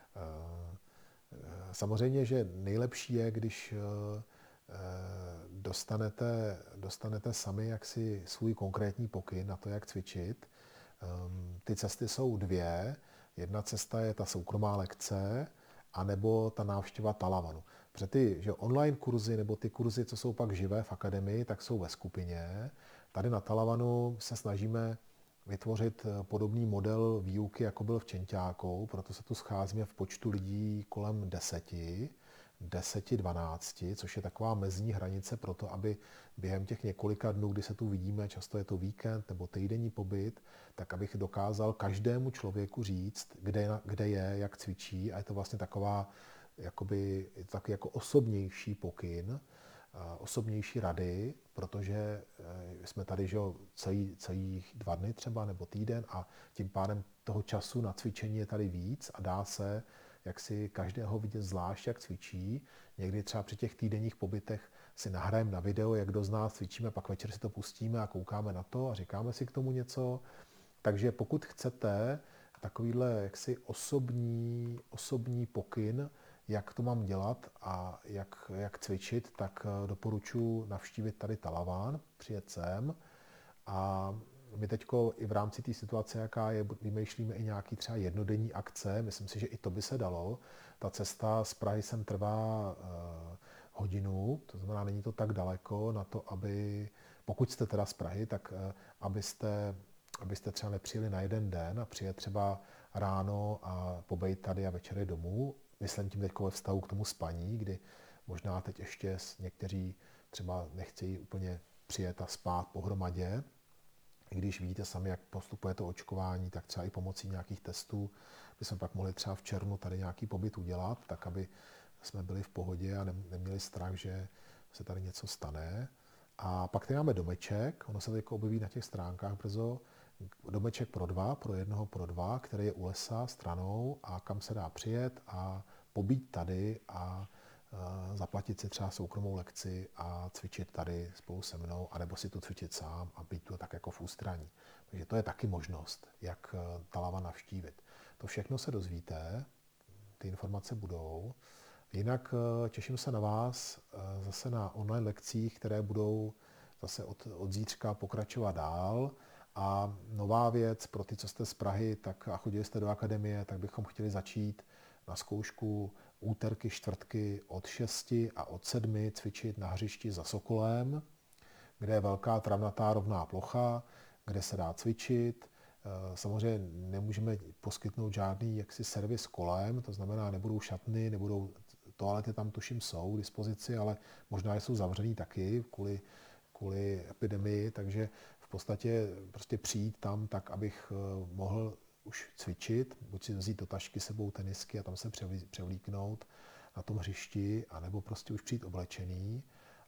S1: samozřejmě, že nejlepší je, když dostanete, dostanete sami jaksi svůj konkrétní pokyn na to, jak cvičit. Ty cesty jsou dvě. Jedna cesta je ta soukromá lekce, anebo ta návštěva Talavanu. Protože ty že online kurzy, nebo ty kurzy, co jsou pak živé v akademii, tak jsou ve skupině. Tady na Talavanu se snažíme vytvořit podobný model výuky, jako byl v Čenťáku, proto se tu scházíme v počtu lidí kolem deseti, deseti, dvanácti, což je taková mezní hranice pro to, aby během těch několika dnů, kdy se tu vidíme, často je to víkend nebo týdenní pobyt, tak abych dokázal každému člověku říct, kde, kde je, jak cvičí, a je to vlastně taková jakoby, je to taky jako osobnější pokyn, osobnější rady, protože jsme tady že celý, celý dva dny třeba nebo týden a tím pádem toho času na cvičení je tady víc a dá se jak si každého vidět zvlášť, jak cvičí. Někdy třeba při těch týdenních pobytech si nahrajeme na video, jak kdo z nás cvičíme, pak večer si to pustíme a koukáme na to a říkáme si k tomu něco. Takže pokud chcete takovýhle jaksi osobní, osobní pokyn, jak to mám dělat a jak, jak cvičit, tak doporučuji navštívit tady Talaván, přijet sem. A my teď i v rámci té situace, jaká je, vymýšlíme i nějaký třeba jednodenní akce. Myslím si, že i to by se dalo. Ta cesta z Prahy sem trvá uh, hodinu, to znamená, není to tak daleko na to, aby, pokud jste teda z Prahy, tak uh, abyste, abyste třeba nepřijeli na jeden den a přijet třeba ráno a pobejt tady a večer domů. Myslím tím teď ve vztahu k tomu spaní, kdy možná teď ještě někteří třeba nechtějí úplně přijet a spát pohromadě. I když vidíte sami, jak postupuje to očkování, tak třeba i pomocí nějakých testů bychom pak mohli třeba v červnu tady nějaký pobyt udělat, tak aby jsme byli v pohodě a neměli strach, že se tady něco stane. A pak tady máme domeček, ono se teď objeví na těch stránkách brzo, domeček pro dva, pro jednoho pro dva, který je u lesa stranou a kam se dá přijet a pobít tady a zaplatit si třeba soukromou lekci a cvičit tady spolu se mnou, anebo si tu cvičit sám a být tu tak jako v ústraní. Takže to je taky možnost, jak Talavan navštívit. To všechno se dozvíte, ty informace budou. Jinak těším se na vás zase na online lekcích, které budou zase od, od zítřka pokračovat dál. A nová věc pro ty, co jste z Prahy tak a chodili jste do akademie, tak bychom chtěli začít na zkoušku úterky, čtvrtky od šesti a od sedmi cvičit na hřišti za Sokolem, kde je velká travnatá rovná plocha, kde se dá cvičit. Samozřejmě nemůžeme poskytnout žádný jaksi servis kolem, to znamená, nebudou šatny, nebudou toalety, tam tuším jsou k dispozici, ale možná jsou zavřený taky kvůli, kvůli epidemii, takže v podstatě prostě přijít tam tak, abych mohl už cvičit, buď si vzít do tašky sebou tenisky a tam se převlíknout na tom hřišti, anebo prostě už přijít oblečený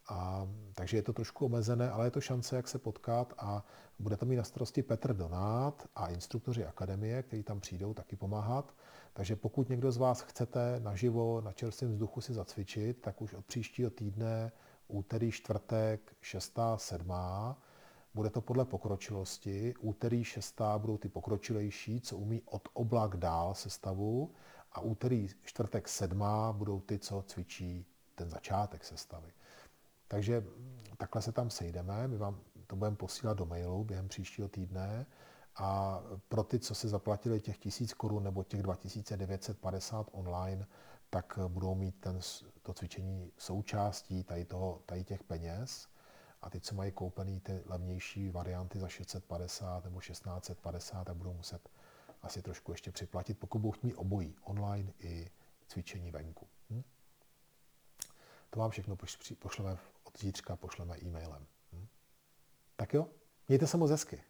S1: A, takže je to trošku omezené, ale je to šance, jak se potkat a bude to mít na starosti Petr Donát a instruktoři akademie, kteří tam přijdou taky pomáhat. Takže pokud někdo z vás chcete naživo na čerstvém vzduchu si zacvičit, tak už od příštího týdne, úterý, čtvrtek, šestá, sedmá, bude to podle pokročilosti. Úterý šestá budou ty pokročilejší, co umí od oblak dál sestavu a úterý čtvrtek sedmá budou ty, co cvičí ten začátek sestavy. Takže takhle se tam sejdeme, my vám to budeme posílat do mailu během příštího týdne a pro ty, co si zaplatili těch tisíc korun nebo těch dva tisíce devět set padesát online, tak budou mít ten, to cvičení součástí tady, toho, tady těch peněz. A ty, co mají koupený ty levnější varianty za šest set padesát nebo šestnáct set padesát, tak budou muset asi trošku ještě připlatit, pokud budou chtít obojí, online i cvičení venku. Hm? To vám všechno pošleme od zítřka, pošleme e-mailem. Hm? Tak jo, mějte se moc hezky.